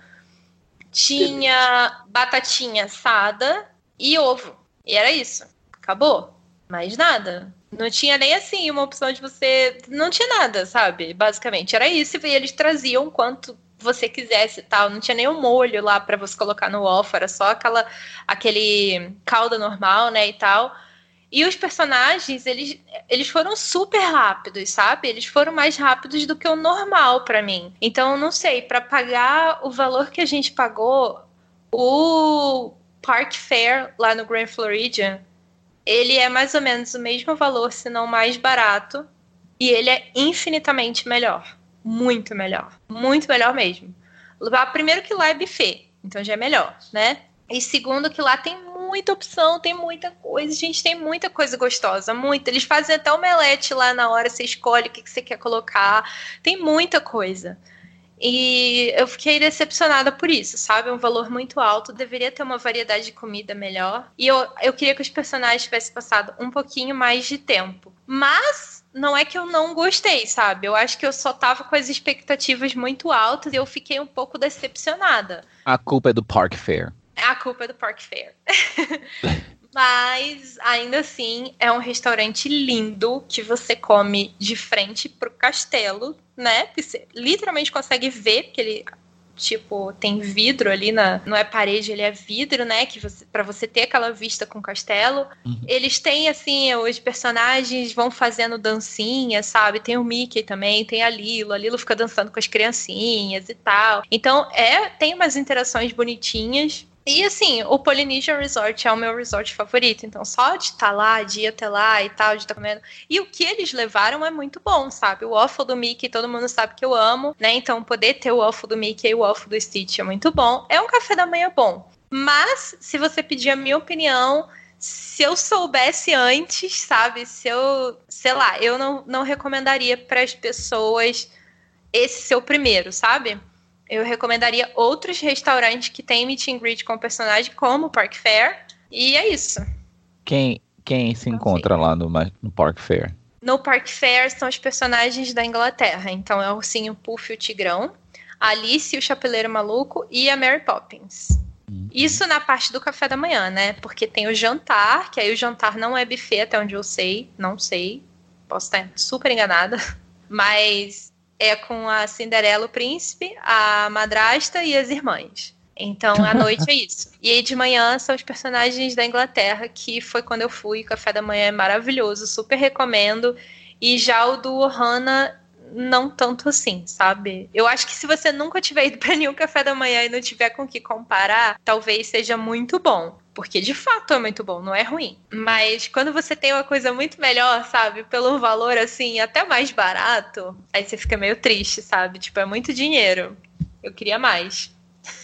Tinha batatinha assada e ovo. E era isso. Acabou. Mais nada. Não tinha nem assim uma opção de você... Não tinha nada, sabe? Basicamente, era isso. E eles traziam quanto você quisesse e tal. Não tinha nem um molho lá pra você colocar no waffle. Era só aquele calda normal, né, e tal. E os personagens, eles foram super rápidos, sabe? Eles foram mais rápidos do que o normal pra mim. Então, não sei, pra pagar o valor que a gente pagou, o Park Fair lá no Grand Floridian, ele é mais ou menos o mesmo valor, se não mais barato. E ele é infinitamente melhor. Muito melhor. Muito melhor mesmo. Primeiro que lá é buffet, então já é melhor, né? E segundo que lá tem muita opção, tem muita coisa. Gente, tem muita coisa gostosa, muita. Eles fazem até omelete lá na hora, você escolhe o que você quer colocar. Tem muita coisa. E eu fiquei decepcionada por isso, sabe? É um valor muito alto, deveria ter uma variedade de comida melhor. E eu queria que os personagens tivessem passado um pouquinho mais de tempo. Mas não é que eu não gostei, sabe? Eu acho que eu só tava com as expectativas muito altas e eu fiquei um pouco decepcionada. A culpa é do Park Fair. A culpa é do Park Fair. Mas, ainda assim, é um restaurante lindo que você come de frente pro castelo, né? Que você literalmente consegue ver, porque ele, tipo, tem vidro ali, não é parede, ele é vidro, né? Pra você ter aquela vista com o castelo. Uhum. Eles têm, assim, os personagens vão fazendo dancinha, sabe? Tem o Mickey também, tem a Lilo fica dançando com as criancinhas e tal. Então, tem umas interações bonitinhas. E assim, o Polynesian Resort é o meu resort favorito, então só de estar lá, de ir até lá e tal, de estar comendo. E o que eles levaram é muito bom, sabe? O waffle do Mickey, todo mundo sabe que eu amo, né? Então poder ter o waffle do Mickey e o waffle do Stitch é muito bom. É um café da manhã bom. Mas, se você pedir a minha opinião, se eu soubesse antes, sabe? Sei lá, eu não recomendaria para as pessoas esse ser o primeiro, sabe? Eu recomendaria outros restaurantes que tem meet and greet com o personagem, como o Park Fair. E é isso. Quem se encontra lá no Park Fair? No Park Fair são os personagens da Inglaterra. Então é o Ursinho Puff e o Tigrão, a Alice, o Chapeleiro Maluco e a Mary Poppins. Isso na parte do café da manhã, né? Porque tem o jantar, que aí o jantar não é buffet, até onde eu sei. Não sei. Posso estar super enganada. Mas é com a Cinderela, o príncipe, a madrasta e as irmãs. Então, à noite é isso. E aí, de manhã, são os personagens da Inglaterra, que foi quando eu fui. O café da manhã é maravilhoso, super recomendo. E já o do Ohana, não tanto assim, sabe? Eu acho que se você nunca tiver ido para nenhum café da manhã e não tiver com o que comparar, talvez seja muito bom. Porque, de fato, é muito bom, não é ruim. Mas quando você tem uma coisa muito melhor, sabe? Pelo valor, assim, até mais barato, aí você fica meio triste, sabe? Tipo, é muito dinheiro. Eu queria mais.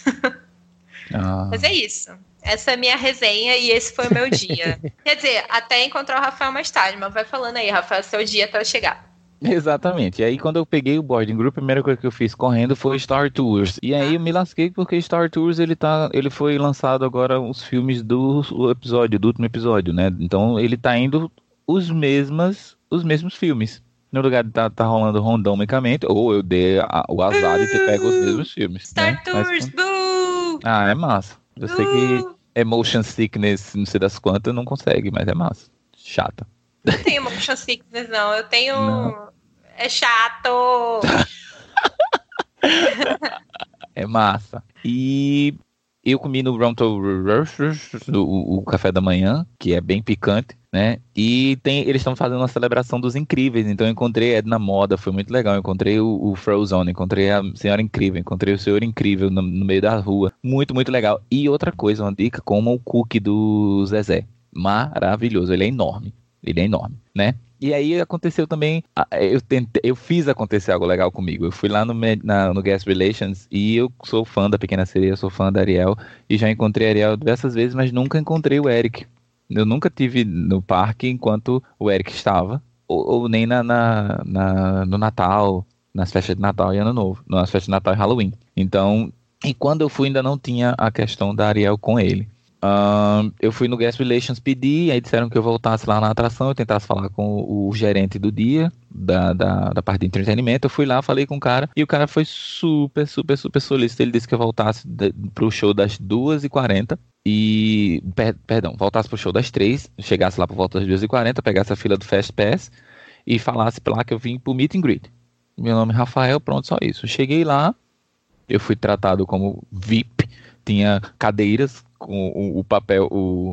Mas é isso. Essa é a minha resenha e esse foi o meu dia. Quer dizer, até encontrar o Rafael mais tarde, mas vai falando aí, Rafael, seu dia até eu chegar. Exatamente. E aí, quando eu peguei o boarding group, a primeira coisa que eu fiz correndo foi Star Tours. E aí eu me lasquei porque Star Tours, ele foi lançado agora os filmes do último episódio, né? Então ele tá indo os mesmos filmes. No lugar de tá rolando randomicamente, ou eu dei o azar de ter pego os mesmos filmes. Star né? Tours, boo! É massa. Eu sei que emotion sickness, não sei das quantas, não consegue, mas é massa. Chata. Não tenho motion sickness, não. Eu tenho... Não. É chato! É massa. E eu comi no Ronto o café da manhã, que é bem picante, né? E eles estão fazendo uma celebração dos incríveis. Então eu encontrei a Edna Moda, foi muito legal. Eu encontrei o Frozone, encontrei a Senhora Incrível, encontrei o Senhor Incrível no meio da rua. Muito, muito legal. E outra coisa, uma dica, como o cookie do Zezé. Maravilhoso, ele é enorme, né? E aí aconteceu também, eu fiz acontecer algo legal comigo. Eu fui lá no Guest Relations e eu sou fã da Pequena Sereia, sou fã da Ariel e já encontrei a Ariel diversas vezes, mas nunca encontrei o Eric. Eu nunca tive no parque enquanto o Eric estava, ou nem no Natal, nas festas de Natal e Ano Novo, nas festas de Natal e Halloween. Então, e quando eu fui ainda não tinha a questão da Ariel com ele. Eu fui no Guest Relations pedir, aí disseram que eu voltasse lá na atração, eu tentasse falar com o gerente do dia, da parte de entretenimento. Eu fui lá, falei com o cara, e o cara foi super, super, super solícito. Ele disse que eu voltasse pro show das 2h40 perdão, voltasse pro show das 3, chegasse lá por volta das 2h40, pegasse a fila do Fast Pass e falasse lá que eu vim pro Meet and Greet. Meu nome é Rafael, pronto, só isso. Cheguei lá, eu fui tratado como VIP, tinha cadeiras com o papel,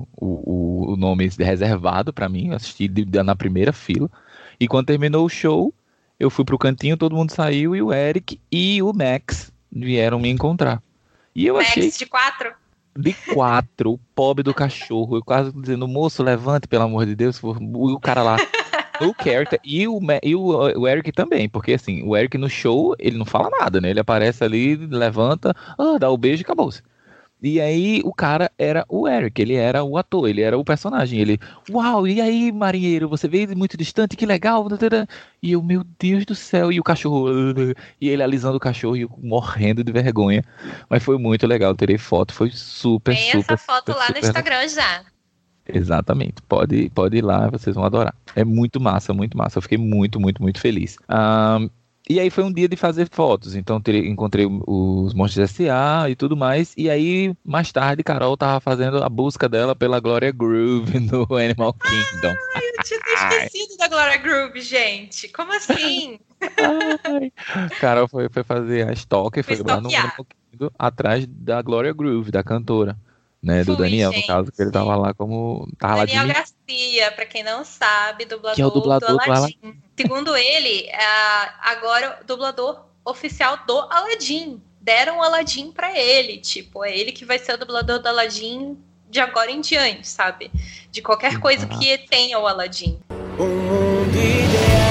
o nome reservado pra mim, eu assisti na primeira fila, e quando terminou o show, eu fui pro cantinho, todo mundo saiu, e o Eric e o Max vieram me encontrar. E eu achei... Max de 4? De 4, o pobre do cachorro, eu quase dizendo, moço, levante, pelo amor de Deus, o cara lá... O character e o Eric também, porque assim, o Eric no show, ele não fala nada, né? Ele aparece ali, levanta, dá o beijo e acabou-se. E aí o cara era o Eric, ele era o ator, ele era o personagem. Ele, uau, e aí, marinheiro, você veio muito distante, que legal. E eu, meu Deus do céu, e o cachorro, e ele alisando o cachorro e eu morrendo de vergonha. Mas foi muito legal, terei foto, foi super, Tem super, essa foto super, lá super no Instagram já. Exatamente, pode ir lá, vocês vão adorar. É muito massa, eu fiquei muito, muito, muito feliz. E aí foi um dia de fazer fotos, então encontrei os Monstros S.A. e tudo mais, e aí mais tarde Carol tava fazendo a busca dela pela Gloria Groove no Animal Kingdom. Eu tinha esquecido da Gloria Groove, gente, como assim? Carol foi fazer a stalk, foi lá no Animal Kingdom, atrás da Gloria Groove, da cantora. Né, do Daniel, gente, no caso, que ele tava lá como... Tava Daniel lá Garcia, pra quem não sabe, dublador, que é o dublador do Aladdin. Segundo ele, agora o dublador oficial do Aladdin. Deram o Aladdin pra ele, tipo, é ele que vai ser o dublador do Aladdin de agora em diante, sabe? De qualquer coisa que tenha o Aladdin. Um mundo ideal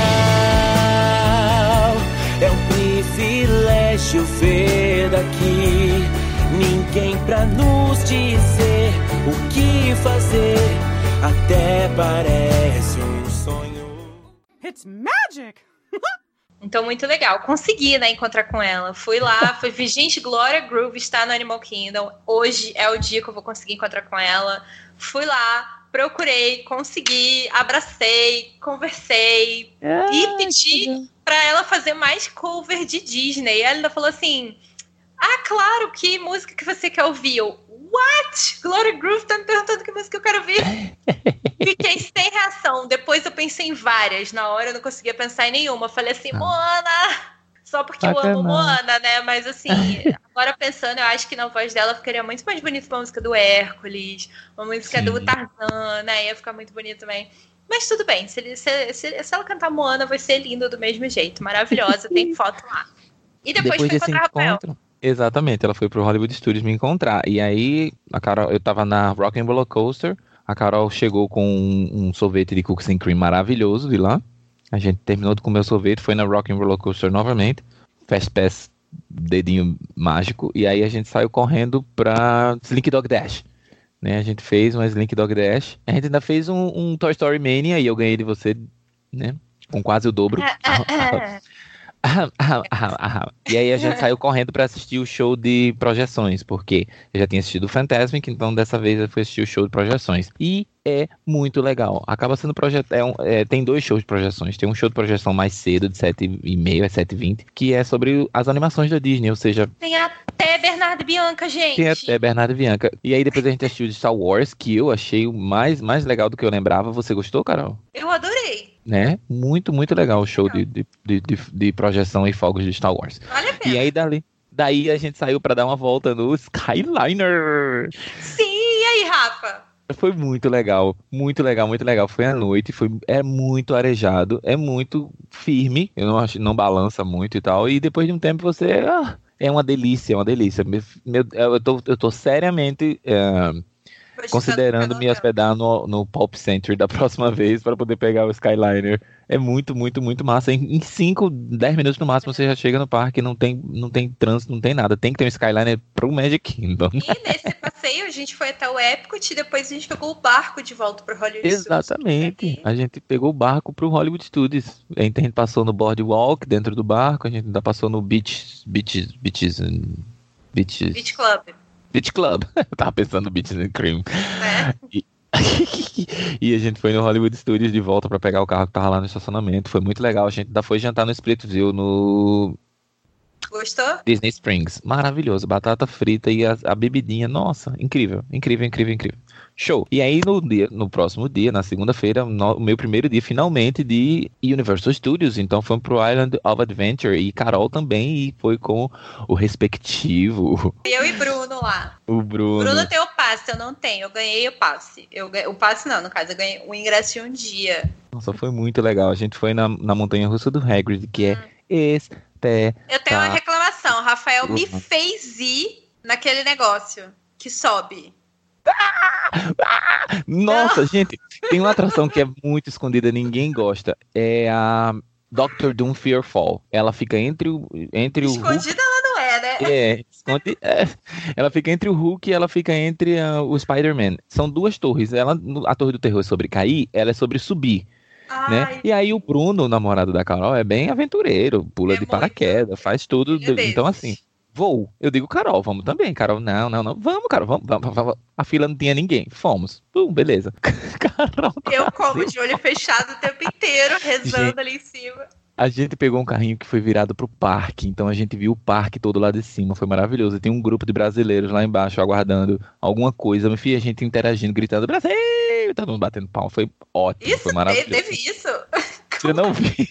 é um privilégio ver daqui. Ninguém pra nos dizer o que fazer, até parece um sonho. It's magic! Então, muito legal. Consegui, né, encontrar com ela. Fui lá, vi, gente, Gloria Groove está no Animal Kingdom. Hoje é o dia que eu vou conseguir encontrar com ela. Fui lá, procurei, consegui, abracei, conversei e pedi pra ela fazer mais cover de Disney. E ela ainda falou assim... claro, que música que você quer ouvir? Eu, what? Gloria Groove tá me perguntando que música eu quero ouvir. Fiquei sem reação. Depois eu pensei em várias. Na hora eu não conseguia pensar em nenhuma. Eu falei assim, Moana! Só porque eu amo Moana, né? Mas assim, agora pensando, eu acho que na voz dela ficaria muito mais bonita uma música do Hércules, uma música do Tarzan, né? Ia ficar muito bonito também. Mas tudo bem, se ela cantar Moana, vai ser linda do mesmo jeito. Maravilhosa, tem foto lá. E depois foi encontrar Rafael. Exatamente, ela foi pro Hollywood Studios me encontrar. E aí, a Carol, eu tava na Rock and Roller Coaster, a Carol chegou com um sorvete de cookies and cream maravilhoso de lá. A gente terminou de comer o sorvete, foi na Rock and Roller Coaster novamente. Fast Pass, dedinho mágico. E aí a gente saiu correndo pra Slink Dog Dash. Né? A gente fez uma Slink Dog Dash. A gente ainda fez um Toy Story Mania e eu ganhei de você, né? Com quase o dobro. E aí a gente saiu correndo pra assistir o show de projeções, porque eu já tinha assistido o Fantasmic, então dessa vez eu fui assistir o show de projeções. E é muito legal. Acaba sendo tem 2 shows de projeções. Tem um show de projeção mais cedo, de 7h30 às 7h20, que é sobre as animações da Disney, ou seja... Tem até Bernardo e Bianca, gente. Tem até Bernardo e Bianca. E aí depois a gente assistiu de Star Wars, que eu achei o mais legal do que eu lembrava. Você gostou, Carol? Eu adorei. Né? Muito, muito legal o show de projeção e fogos de Star Wars. Olha a pena. E aí daí a gente saiu pra dar uma volta no Skyliner. Sim, e aí, Rafa? Foi muito legal, muito legal, muito legal. Foi à noite, é muito arejado, é muito firme, eu não acho, não balança muito e tal. E depois de um tempo você é uma delícia, eu tô seriamente considerando me hospedar no Pop Center da próxima vez para poder pegar o Skyliner. É muito, muito, muito massa. Em 5, 10 minutos no máximo você já chega no parque, não tem trânsito, não tem nada. Tem que ter um Skyliner pro Magic Kingdom. E nesse passeio a gente foi até o Epcot e depois a gente pegou o barco de volta pro Hollywood Exatamente. Studios. A gente pegou o barco pro Hollywood Studios. A gente passou no Boardwalk dentro do barco, a gente ainda passou no Beach Club. Beach Club. Eu tava pensando no Beach and Cream. né? E... e a gente foi no Hollywood Studios de volta pra pegar o carro que tava lá no estacionamento. Foi muito legal. A gente ainda foi jantar no Splitville, no Gostou? Disney Springs. Maravilhoso. Batata frita e a bebidinha. Nossa, incrível. Incrível, incrível, incrível. Show. E aí no próximo dia, na segunda-feira, o meu primeiro dia finalmente de Universal Studios. Então fomos pro Island of Adventure. E Carol também. E foi com o respectivo. Eu e Bruno lá. O Bruno. Bruno tem o passe, eu não tenho. Eu ganhei o passe. O passe não, no caso, eu ganhei o ingresso de um dia. Nossa, foi muito legal. A gente foi na montanha-russa do Hagrid, que é espetacular. Eu tenho uma reclamação. O Rafael me fez ir naquele negócio que sobe. Nossa, gente, tem uma atração que é muito escondida, ninguém gosta. É a Doctor Doom Fearfall. Ela fica entre o Escondida ela não é, né? Ela fica entre o Hulk e ela fica entre o Spider-Man. São duas torres. A Torre do Terror é sobre cair, ela é sobre subir. Né? E aí o Bruno, o namorado da Carol, é bem aventureiro, pula de paraquedas, faz tudo. Então assim, vou. Eu digo, Carol, vamos também. Carol, não. Vamos, Carol, vamos. A fila não tinha ninguém. Fomos. Beleza. Carol, eu como de olho fechado o tempo inteiro, rezando ali em cima. A gente pegou um carrinho que foi virado pro parque, então a gente viu o parque todo lá de cima, foi maravilhoso. E tem um grupo de brasileiros lá embaixo aguardando alguma coisa, meu filho, a gente interagindo, gritando Brasil, todo mundo batendo palma, foi ótimo, foi maravilhoso. Teve isso? Eu não vi.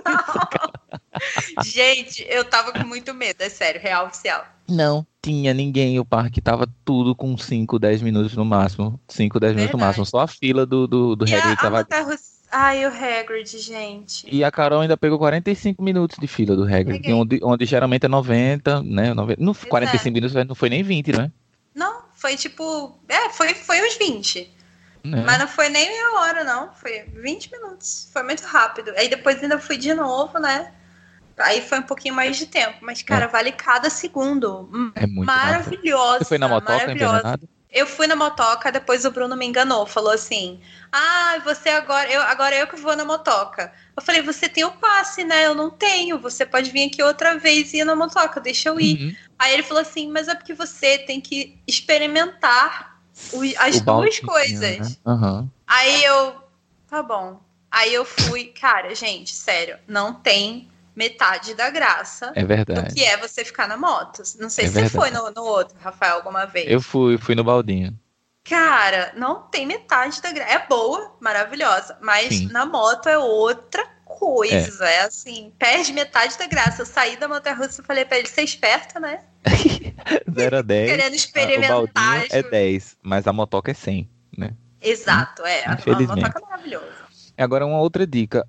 Gente, eu tava com muito medo, é sério, real oficial. Não tinha ninguém, o parque tava tudo com 5, 10 minutos no máximo, 5, 10 minutos no máximo, só a fila do Hagrid tava... Ai, o Hagrid, gente. E a Carol ainda pegou 45 minutos de fila do Hagrid, onde geralmente é 90, né? 90, não, 45 minutos não foi nem 20, né? Não, foi tipo... foi uns 20. Mas não foi nem meia hora, não. Foi 20 minutos. Foi muito rápido. Aí depois ainda fui de novo, né? Aí foi um pouquinho mais de tempo. Mas, cara, vale cada segundo. É muito maravilhosa. Você foi na motoca envenenada? Eu fui na motoca, depois o Bruno me enganou, falou assim, você agora eu que vou na motoca. Eu falei, você tem o passe, né? Eu não tenho, você pode vir aqui outra vez e ir na motoca, deixa eu ir. Aí ele falou assim, mas é porque você tem que experimentar as duas coisas. Né? Aí eu, tá bom. Aí eu fui, cara, gente, sério, não tem metade da graça do que é você ficar na moto. Não sei se você foi no outro, Rafael, alguma vez. Eu fui no baldinho. Cara, não tem metade da graça. É boa, maravilhosa, mas na moto é outra coisa. É assim, perde metade da graça. Eu saí da montanha-russa e falei pra ele, você é esperta, né? 0 a 10. Querendo experimentar. O baldinho é 10, mas a motoca é 100, né? Exato, a motoca é maravilhosa. Agora, uma outra dica.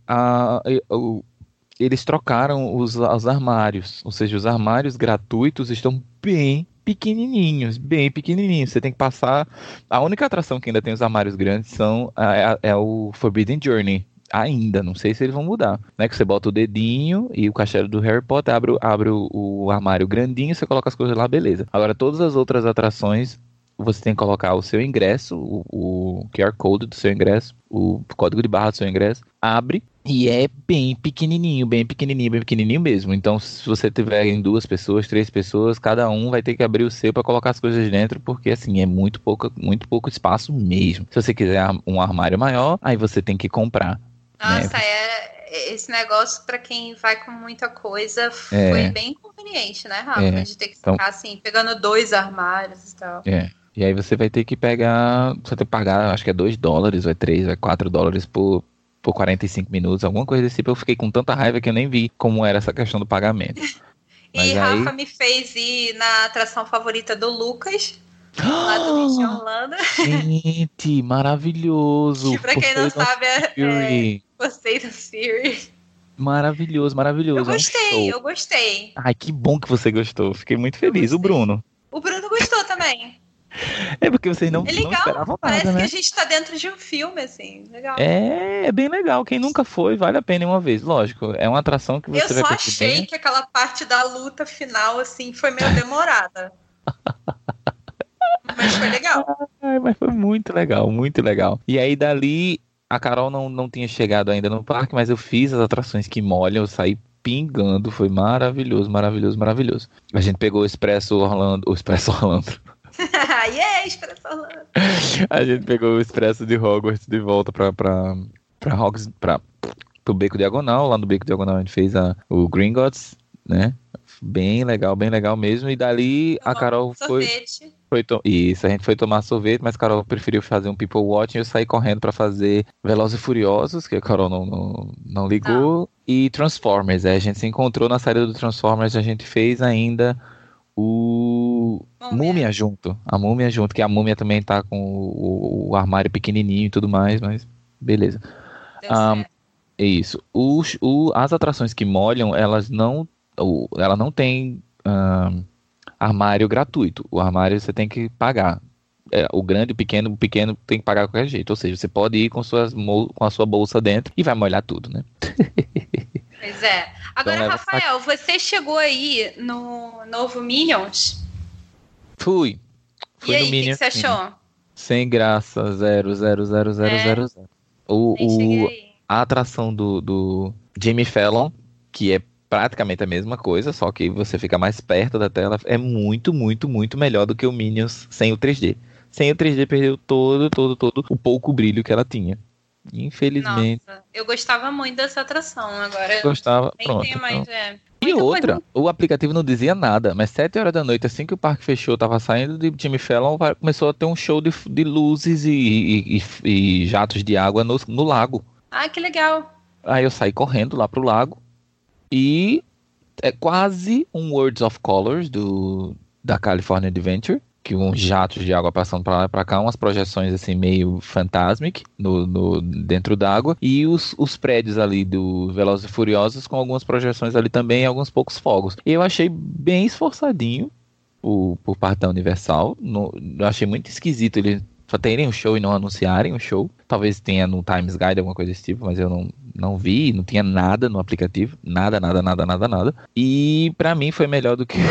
Eles trocaram os armários, ou seja, os armários gratuitos estão bem pequenininhos. Você tem que passar... A única atração que ainda tem os armários grandes é o Forbidden Journey. Ainda, não sei se eles vão mudar. Né? Que você bota o dedinho e o castelo do Harry Potter abre o armário grandinho, você coloca as coisas lá, beleza. Agora, todas as outras atrações, você tem que colocar o seu ingresso, o QR Code do seu ingresso, o código de barra do seu ingresso, abre e é bem pequenininho mesmo. Então, se você tiver em 2 pessoas, 3 pessoas, cada um vai ter que abrir o seu para colocar as coisas dentro, porque assim, é muito pouco espaço mesmo. Se você quiser um armário maior, aí você tem que comprar. Nossa, esse negócio para quem vai com muita coisa foi bem inconveniente, né, Rafa? De ter que ficar assim, pegando 2 armários e tal. E aí você vai ter que pegar, você tem que pagar, acho que é $2, ou é 3, ou é $4 por 45 minutos, alguma coisa desse tipo. Eu fiquei com tanta raiva que eu nem vi como era essa questão do pagamento. E Rafa me fez ir na atração favorita do Lucas, lá do Beach Orlando. Gente, maravilhoso. Que pra quem não sabe é Gostei do Fury. Maravilhoso. Eu gostei. Ai, que bom que você gostou. Fiquei muito feliz. O Bruno gostou também. É porque vocês não esperavam nada, né? Que a gente tá dentro de um filme, assim, legal. É bem legal. Quem nunca foi, vale a pena uma vez, lógico. É uma atração que você vai Eu só achei que aquela parte da luta final, assim, foi meio demorada. Mas foi legal. Mas foi muito legal. E aí dali, a Carol não tinha chegado ainda no parque, mas eu fiz as atrações que molham, eu saí pingando, foi maravilhoso. A gente pegou o Expresso Orlando. Expresso Orlando. A gente pegou o Expresso de Hogwarts de volta pro Beco Diagonal. Lá no Beco Diagonal a gente fez o Gringotts, né? Bem legal mesmo. E dali a Carol sorvete. Isso, a gente foi tomar sorvete, mas a Carol preferiu fazer um people watching e eu saí correndo pra fazer Velozes e Furiosos, que a Carol não ligou, e Transformers. Aí a gente se encontrou na saída do Transformers, a gente fez ainda o Múmia junto. A Múmia junto, que a Múmia também tá com o armário pequenininho e tudo mais, mas beleza. Deu certo. É isso. As atrações que molham, ela não tem armário gratuito. O armário você tem que pagar. O grande, o pequeno tem que pagar de qualquer jeito. Ou seja, você pode ir com a sua bolsa dentro e vai molhar tudo, né? Pois é. Agora, então, Rafael, você chegou aí no novo Minions? Fui E aí, no Minions. O que você achou? Sem graça, 0. A atração do Jimmy Fallon, que é praticamente a mesma coisa, só que você fica mais perto da tela, é muito, muito, muito melhor do que o Minions sem o 3D. Sem o 3D perdeu todo o pouco brilho que ela tinha. Infelizmente. Nossa, eu gostava muito dessa atração, agora gostava, nem pronto, tenho mais. E outra, o aplicativo não dizia nada, mas 7 horas da noite, assim que o parque fechou, tava saindo de Jimmy Fallon, começou a ter um show de luzes e jatos de água no lago. Ah, que legal. Aí eu saí correndo lá pro lago e é quase um Worlds of Colors da California Adventure, que uns jatos de água passando pra lá e pra cá, umas projeções assim meio Fantasmic dentro d'água, e os prédios ali do Velozes e Furiosos com algumas projeções ali também e alguns poucos fogos. Eu achei bem esforçadinho por parte da Universal. Eu achei muito esquisito eles só terem um show e não anunciarem o show. Talvez tenha no Times Guide alguma coisa desse tipo, mas eu não vi, não tinha nada no aplicativo, nada. E pra mim foi melhor do que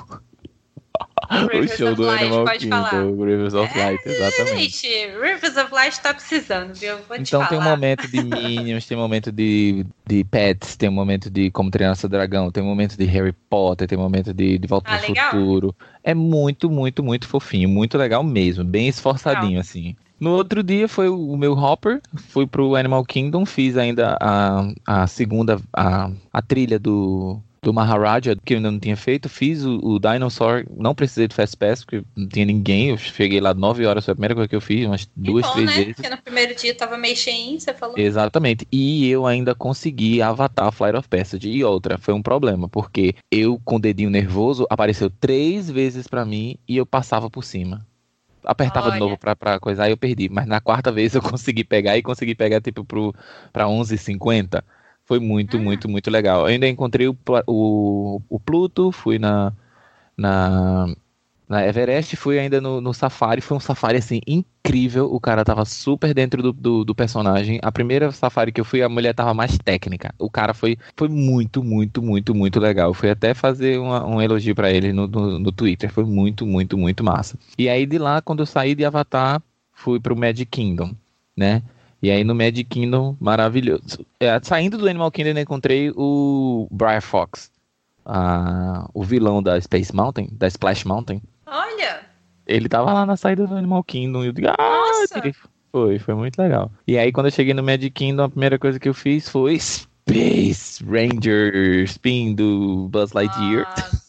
o show do Animal Kingdom, o Rivers of Light, exatamente. Gente, Rivers of Light tá precisando, viu? Vou te falar. Tem um momento de Minions, tem um momento de Pets, tem um momento de Como Treinar Seu Dragão, tem um momento de Harry Potter, tem um momento de Volta pro Futuro. É muito, muito, muito fofinho, muito legal mesmo, bem esforçadinho, assim. No outro dia foi o meu Hopper, fui pro Animal Kingdom, fiz ainda a segunda, a trilha do Maharaja, que eu ainda não tinha feito, fiz o Dinosaur, não precisei de Fast Pass, porque não tinha ninguém, eu cheguei lá 9 horas, foi a primeira coisa que eu fiz, umas 2, 3 vezes. Porque no primeiro dia tava meio cheinho, você falou. Exatamente, e eu ainda consegui Avatar Flight of Passage, e outra, foi um problema, porque eu com o dedinho nervoso, apareceu 3 vezes pra mim, e eu passava por cima. Apertava de novo pra coisar e eu perdi, mas na 4ª vez eu consegui pegar, tipo pra 11h50. Foi muito, muito, muito legal. Eu ainda encontrei o Pluto, fui na Everest, fui ainda no Safari. Foi um Safari, assim, incrível. O cara tava super dentro do personagem. A primeira Safari que eu fui, a mulher tava mais técnica. O cara foi muito, muito, muito, muito legal. Eu fui até fazer um elogio pra ele no Twitter. Foi muito, muito, muito massa. E aí de lá, quando eu saí de Avatar, fui pro Magic Kingdom, né? E aí no Magic Kingdom, maravilhoso. Saindo do Animal Kingdom, eu encontrei o Briar Fox, o vilão da Space Mountain, da Splash Mountain. Olha! Ele tava lá na saída do Animal Kingdom e eu digo, foi muito legal. E aí quando eu cheguei no Magic Kingdom, a primeira coisa que eu fiz foi Space Ranger Spin do Buzz Lightyear.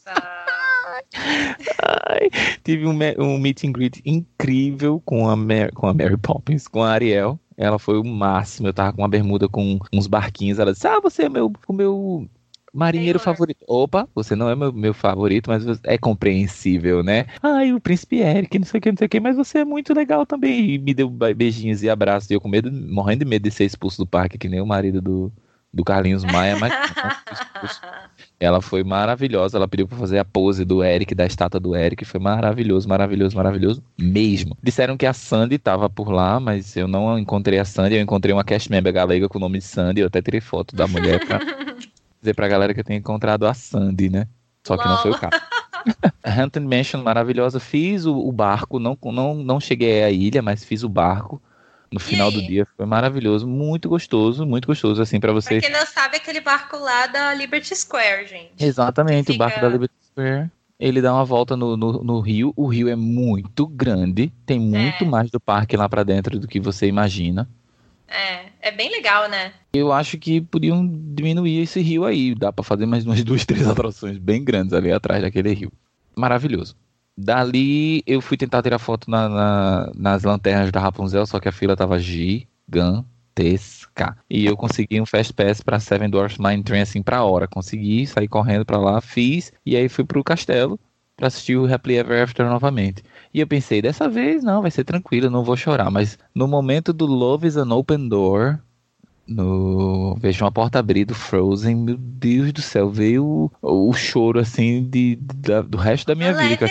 Tive um meet and greet incrível com a Mary Poppins, com a Ariel. Ela foi o máximo. Eu tava com uma bermuda com uns barquinhos. Ela disse, você é o meu marinheiro favorito. Opa, você não é meu favorito, mas é compreensível, né? O Príncipe Eric, não sei o que, mas você é muito legal também. E me deu beijinhos e abraços. E eu com medo, morrendo de medo de ser expulso do parque, que nem o marido do Carlinhos Maia, mas ela foi maravilhosa. Ela pediu pra fazer a pose do Eric, da estátua do Eric. Foi maravilhoso, maravilhoso, maravilhoso mesmo. Disseram que a Sandy tava por lá, mas eu não encontrei a Sandy. Eu encontrei uma cast member galega com o nome de Sandy. Eu até tirei foto da mulher pra dizer pra galera que eu tenho encontrado a Sandy, né? Só que não foi o caso. Haunted Mansion, maravilhosa. Fiz o barco, não cheguei à ilha, mas fiz o barco. No final do dia foi maravilhoso, muito gostoso, assim, pra você. Pra quem não sabe, aquele barco lá da Liberty Square, gente. Exatamente, o barco da Liberty Square. ele dá uma volta no rio. O rio é muito grande, tem muito mais do parque lá pra dentro do que você imagina. É bem legal, né? Eu acho que podiam diminuir esse rio aí. Dá pra fazer mais umas 2, 3 atrações bem grandes ali atrás daquele rio. Maravilhoso. Dali eu fui tentar tirar foto nas lanternas da Rapunzel, só que a fila tava gigantesca. E eu consegui um Fast Pass pra Seven Dwarfs Mine Train assim pra hora. Consegui sair correndo pra lá, fiz. E aí fui pro castelo pra assistir o Happily Ever After novamente. E eu pensei, dessa vez não, vai ser tranquilo, não vou chorar. Mas no momento do Love is an Open Door, vejo uma porta abrir do Frozen, meu Deus do céu, veio o choro assim do resto da minha vida.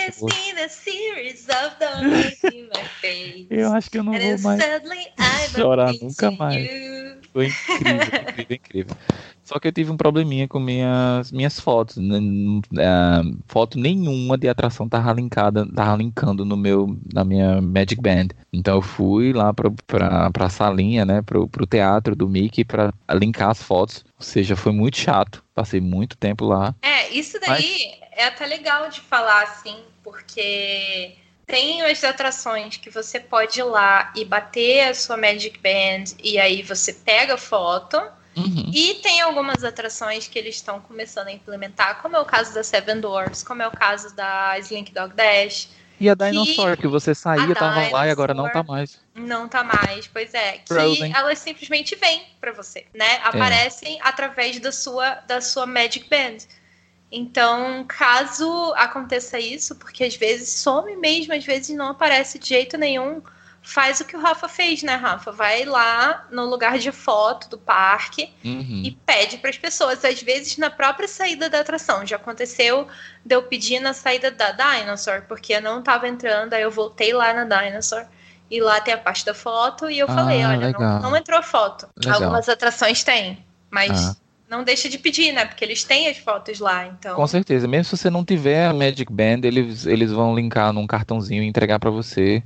Eu acho que eu não vou mais chorar nunca mais. Foi incrível, incrível. Só que eu tive um probleminha com minhas fotos. Foto nenhuma de atração tava linkando na minha Magic Band. Então eu fui lá pra salinha, né, pro teatro do Mickey pra linkar as fotos. Ou seja, foi muito chato. Passei muito tempo lá. Isso daí é até legal de falar, assim, porque tem as atrações que você pode ir lá e bater a sua Magic Band e aí você pega a foto. Uhum. E tem algumas atrações que eles estão começando a implementar, como é o caso da Seven Dwarfs, como é o caso da Slink Dog Dash. E a Dinosaur, que você saía, tava lá e agora não tá mais. Não tá mais, pois é. Que Frozen. elas simplesmente vêm pra você, né? Aparecem através da sua Magic Band. Então, caso aconteça isso, porque às vezes some mesmo, às vezes não aparece de jeito nenhum, faz o que o Rafa fez, né, Rafa? Vai lá no lugar de foto do parque e pede para as pessoas. Às vezes, na própria saída da atração. Já aconteceu de eu pedir na saída da Dinosaur, porque eu não estava entrando, aí eu voltei lá na Dinosaur. E lá tem a parte da foto e eu falei, olha, não entrou foto. Legal. Algumas atrações tem, mas não deixa de pedir, né? Porque eles têm as fotos lá, então... Com certeza. Mesmo se você não tiver a Magic Band, eles vão linkar num cartãozinho e entregar para você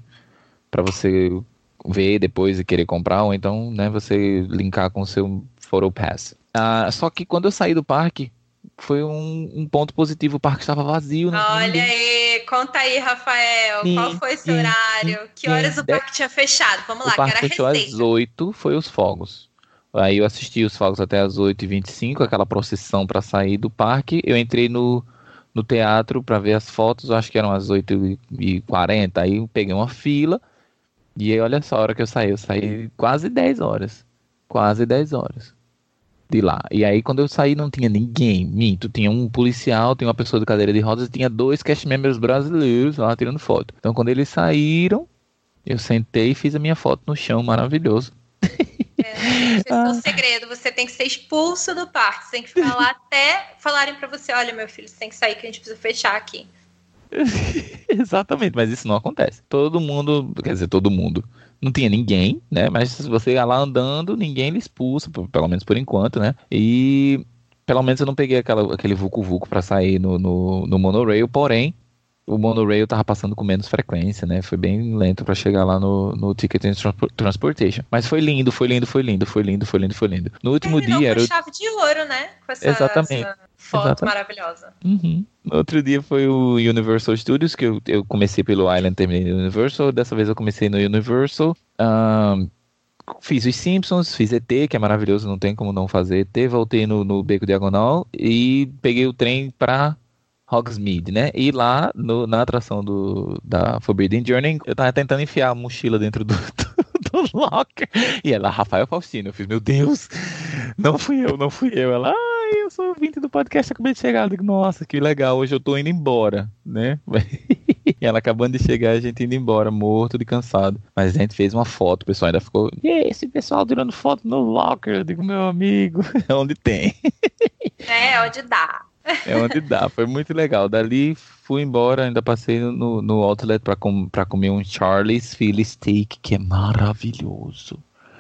ver depois e querer comprar, ou então, né, você linkar com o seu Photo Pass. Só que quando eu saí do parque, foi um ponto positivo, o parque estava vazio. Olha aí, conta aí, Rafael, qual foi esse horário? Que horas o parque tinha fechado? Vamos lá, o parque que era fechou a receita. às 8, foi os fogos. Aí eu assisti os fogos até às 8h25, aquela procissão para sair do parque. Eu entrei no teatro para ver as fotos, acho que eram às 8h40, aí eu peguei uma fila. E aí, olha só, a hora que eu saí quase 10 horas. Quase 10 horas de lá. E aí, quando eu saí, não tinha ninguém. Minto, tinha um policial, tinha uma pessoa de cadeira de rodas e tinha 2 cast members brasileiros lá tirando foto. Então, quando eles saíram, eu sentei e fiz a minha foto no chão, maravilhoso. Esse é o segredo, você tem que ser expulso do parque. Você tem que ficar lá até falarem pra você, olha, meu filho, você tem que sair que a gente precisa fechar aqui. Exatamente, mas isso não acontece. Todo mundo, não tinha ninguém, né? Mas se você ia lá andando, ninguém lhe expulsa, pelo menos por enquanto, né? E pelo menos eu não peguei aquele vucu-vucu pra sair no monorail, porém o monorail tava passando com menos frequência, né? Foi bem lento pra chegar lá no Ticket and Transportation. Mas foi lindo. No último dia era com chave de ouro, né? Com essa foto maravilhosa. No outro dia foi o Universal Studios, que eu comecei pelo Island, terminei no Universal. Dessa vez eu comecei no Universal. Fiz os Simpsons, fiz ET, que é maravilhoso, não tem como não fazer ET. Voltei no Beco Diagonal e peguei o trem pra Hogsmeade, né? E lá na atração da Forbidden Journey, eu tava tentando enfiar a mochila dentro do locker. E ela, Rafael Faustino, eu fiz, meu Deus, não fui eu. Ela, eu sou ouvinte do podcast, acabei de chegar. Eu digo, nossa, que legal, hoje eu tô indo embora, né? E ela acabando de chegar, a gente indo embora, morto de cansado. Mas a gente fez uma foto, o pessoal ainda ficou, e esse pessoal tirando foto no locker? Eu digo, meu amigo, é onde tem. É onde dá. É onde dá, foi muito legal. Dali fui embora, ainda passei no outlet pra comer um Charlie's Philly Steak, que é maravilhoso.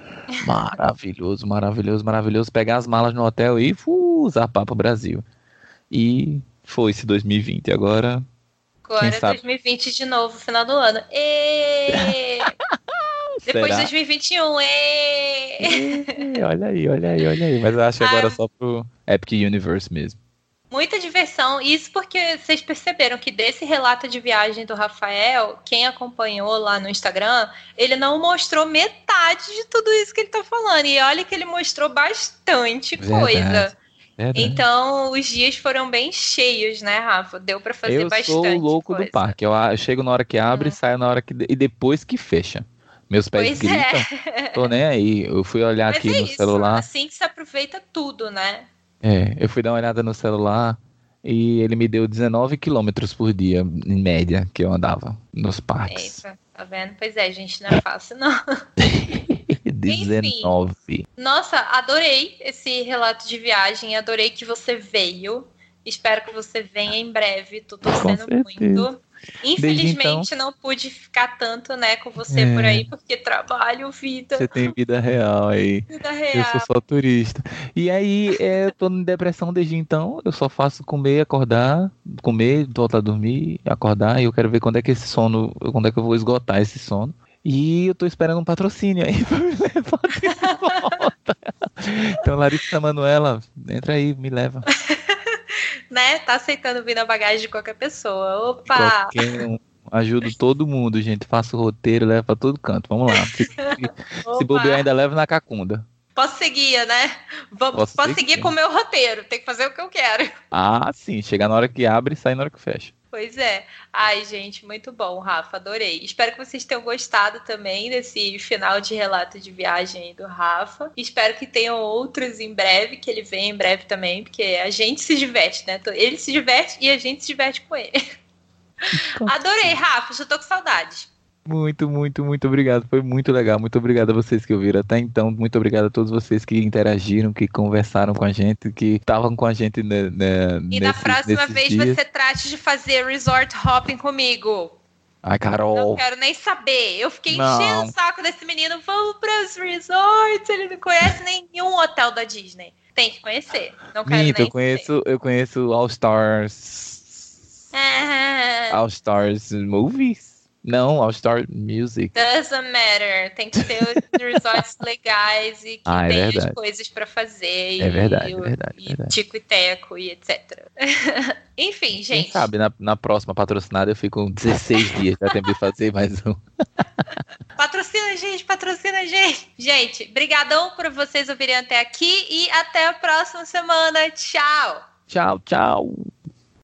Maravilhoso. Pegar as malas no hotel e zapar pro Brasil. E foi-se 2020. Agora é 2020 de novo, final do ano. Depois de 2021. Olha aí. Mas eu acho que agora é só pro Epic Universe mesmo. Muita diversão. Isso porque vocês perceberam que desse relato de viagem do Rafael, quem acompanhou lá no Instagram, ele não mostrou metade de tudo isso que ele tá falando. E olha que ele mostrou bastante coisa. Verdade. Então, os dias foram bem cheios, né, Rafa? Deu pra fazer bastante coisa. Eu sou o louco coisa. do parque. Eu chego na hora que abre, saio na hora que... E depois que fecha. Meus pés gritam. Tô nem aí. Eu fui olhar Mas aqui é no isso, celular. assim que se aproveita tudo, né? Eu fui dar uma olhada no celular e ele me deu 19 quilômetros por dia, em média, que eu andava nos parques. Eita, tá vendo? Pois é, gente, não é fácil, não. 19. Enfim, nossa, adorei esse relato de viagem, adorei que você veio. Espero que você venha em breve, tô torcendo muito. Infelizmente então, não pude ficar tanto, né, com você por aí, porque trabalho, vida. Você tem vida real aí. Vida real. Eu sou só turista. E aí, eu tô em depressão desde então. Eu só faço comer, acordar, comer, voltar a dormir, acordar. E eu quero ver quando é que quando é que eu vou esgotar esse sono. E eu tô esperando um patrocínio aí pra me levar de volta. Então, Larissa Manoela, entra aí, me leva. Né? Tá aceitando vir na bagagem de qualquer pessoa. Opa! Qualquer um. Ajudo todo mundo, gente. Faço o roteiro, levo pra todo canto. Vamos lá. Se bobear, ainda levo na cacunda. Posso seguir, né? Posso seguir com o meu roteiro. Tem que fazer o que eu quero. Ah, sim. Chegar na hora que abre e sair na hora que fecha. Pois é. Ai, gente, muito bom, Rafa. Adorei. Espero que vocês tenham gostado também desse final de relato de viagem aí do Rafa. Espero que tenham outros em breve, que ele venha em breve também, porque a gente se diverte, né? Ele se diverte e a gente se diverte com ele. Adorei, Rafa. Já tô com saudades. Muito, muito, muito obrigado. Foi muito legal. Muito obrigado a vocês que ouviram até então. Muito obrigado a todos vocês que interagiram, que conversaram com a gente, que estavam com a gente E da próxima vez você trate de fazer resort hopping comigo. Ai, Carol. Não quero nem saber. Eu fiquei enchendo o saco desse menino. Vamos para os resorts. Ele não conhece nenhum hotel da Disney. Tem que conhecer. Não quero nem eu conheço All Stars. All Stars Movies? Não, All Star Music. Doesn't matter. Tem que ter resorts legais e que tenha as coisas pra fazer. É verdade. Tico e teco e etc. Enfim, gente. Quem sabe na próxima patrocinada eu fico 16 dias pra tempo de fazer mais um. Patrocina a gente. Gente, brigadão por vocês ouvirem até aqui e até a próxima semana. Tchau. Tchau, tchau.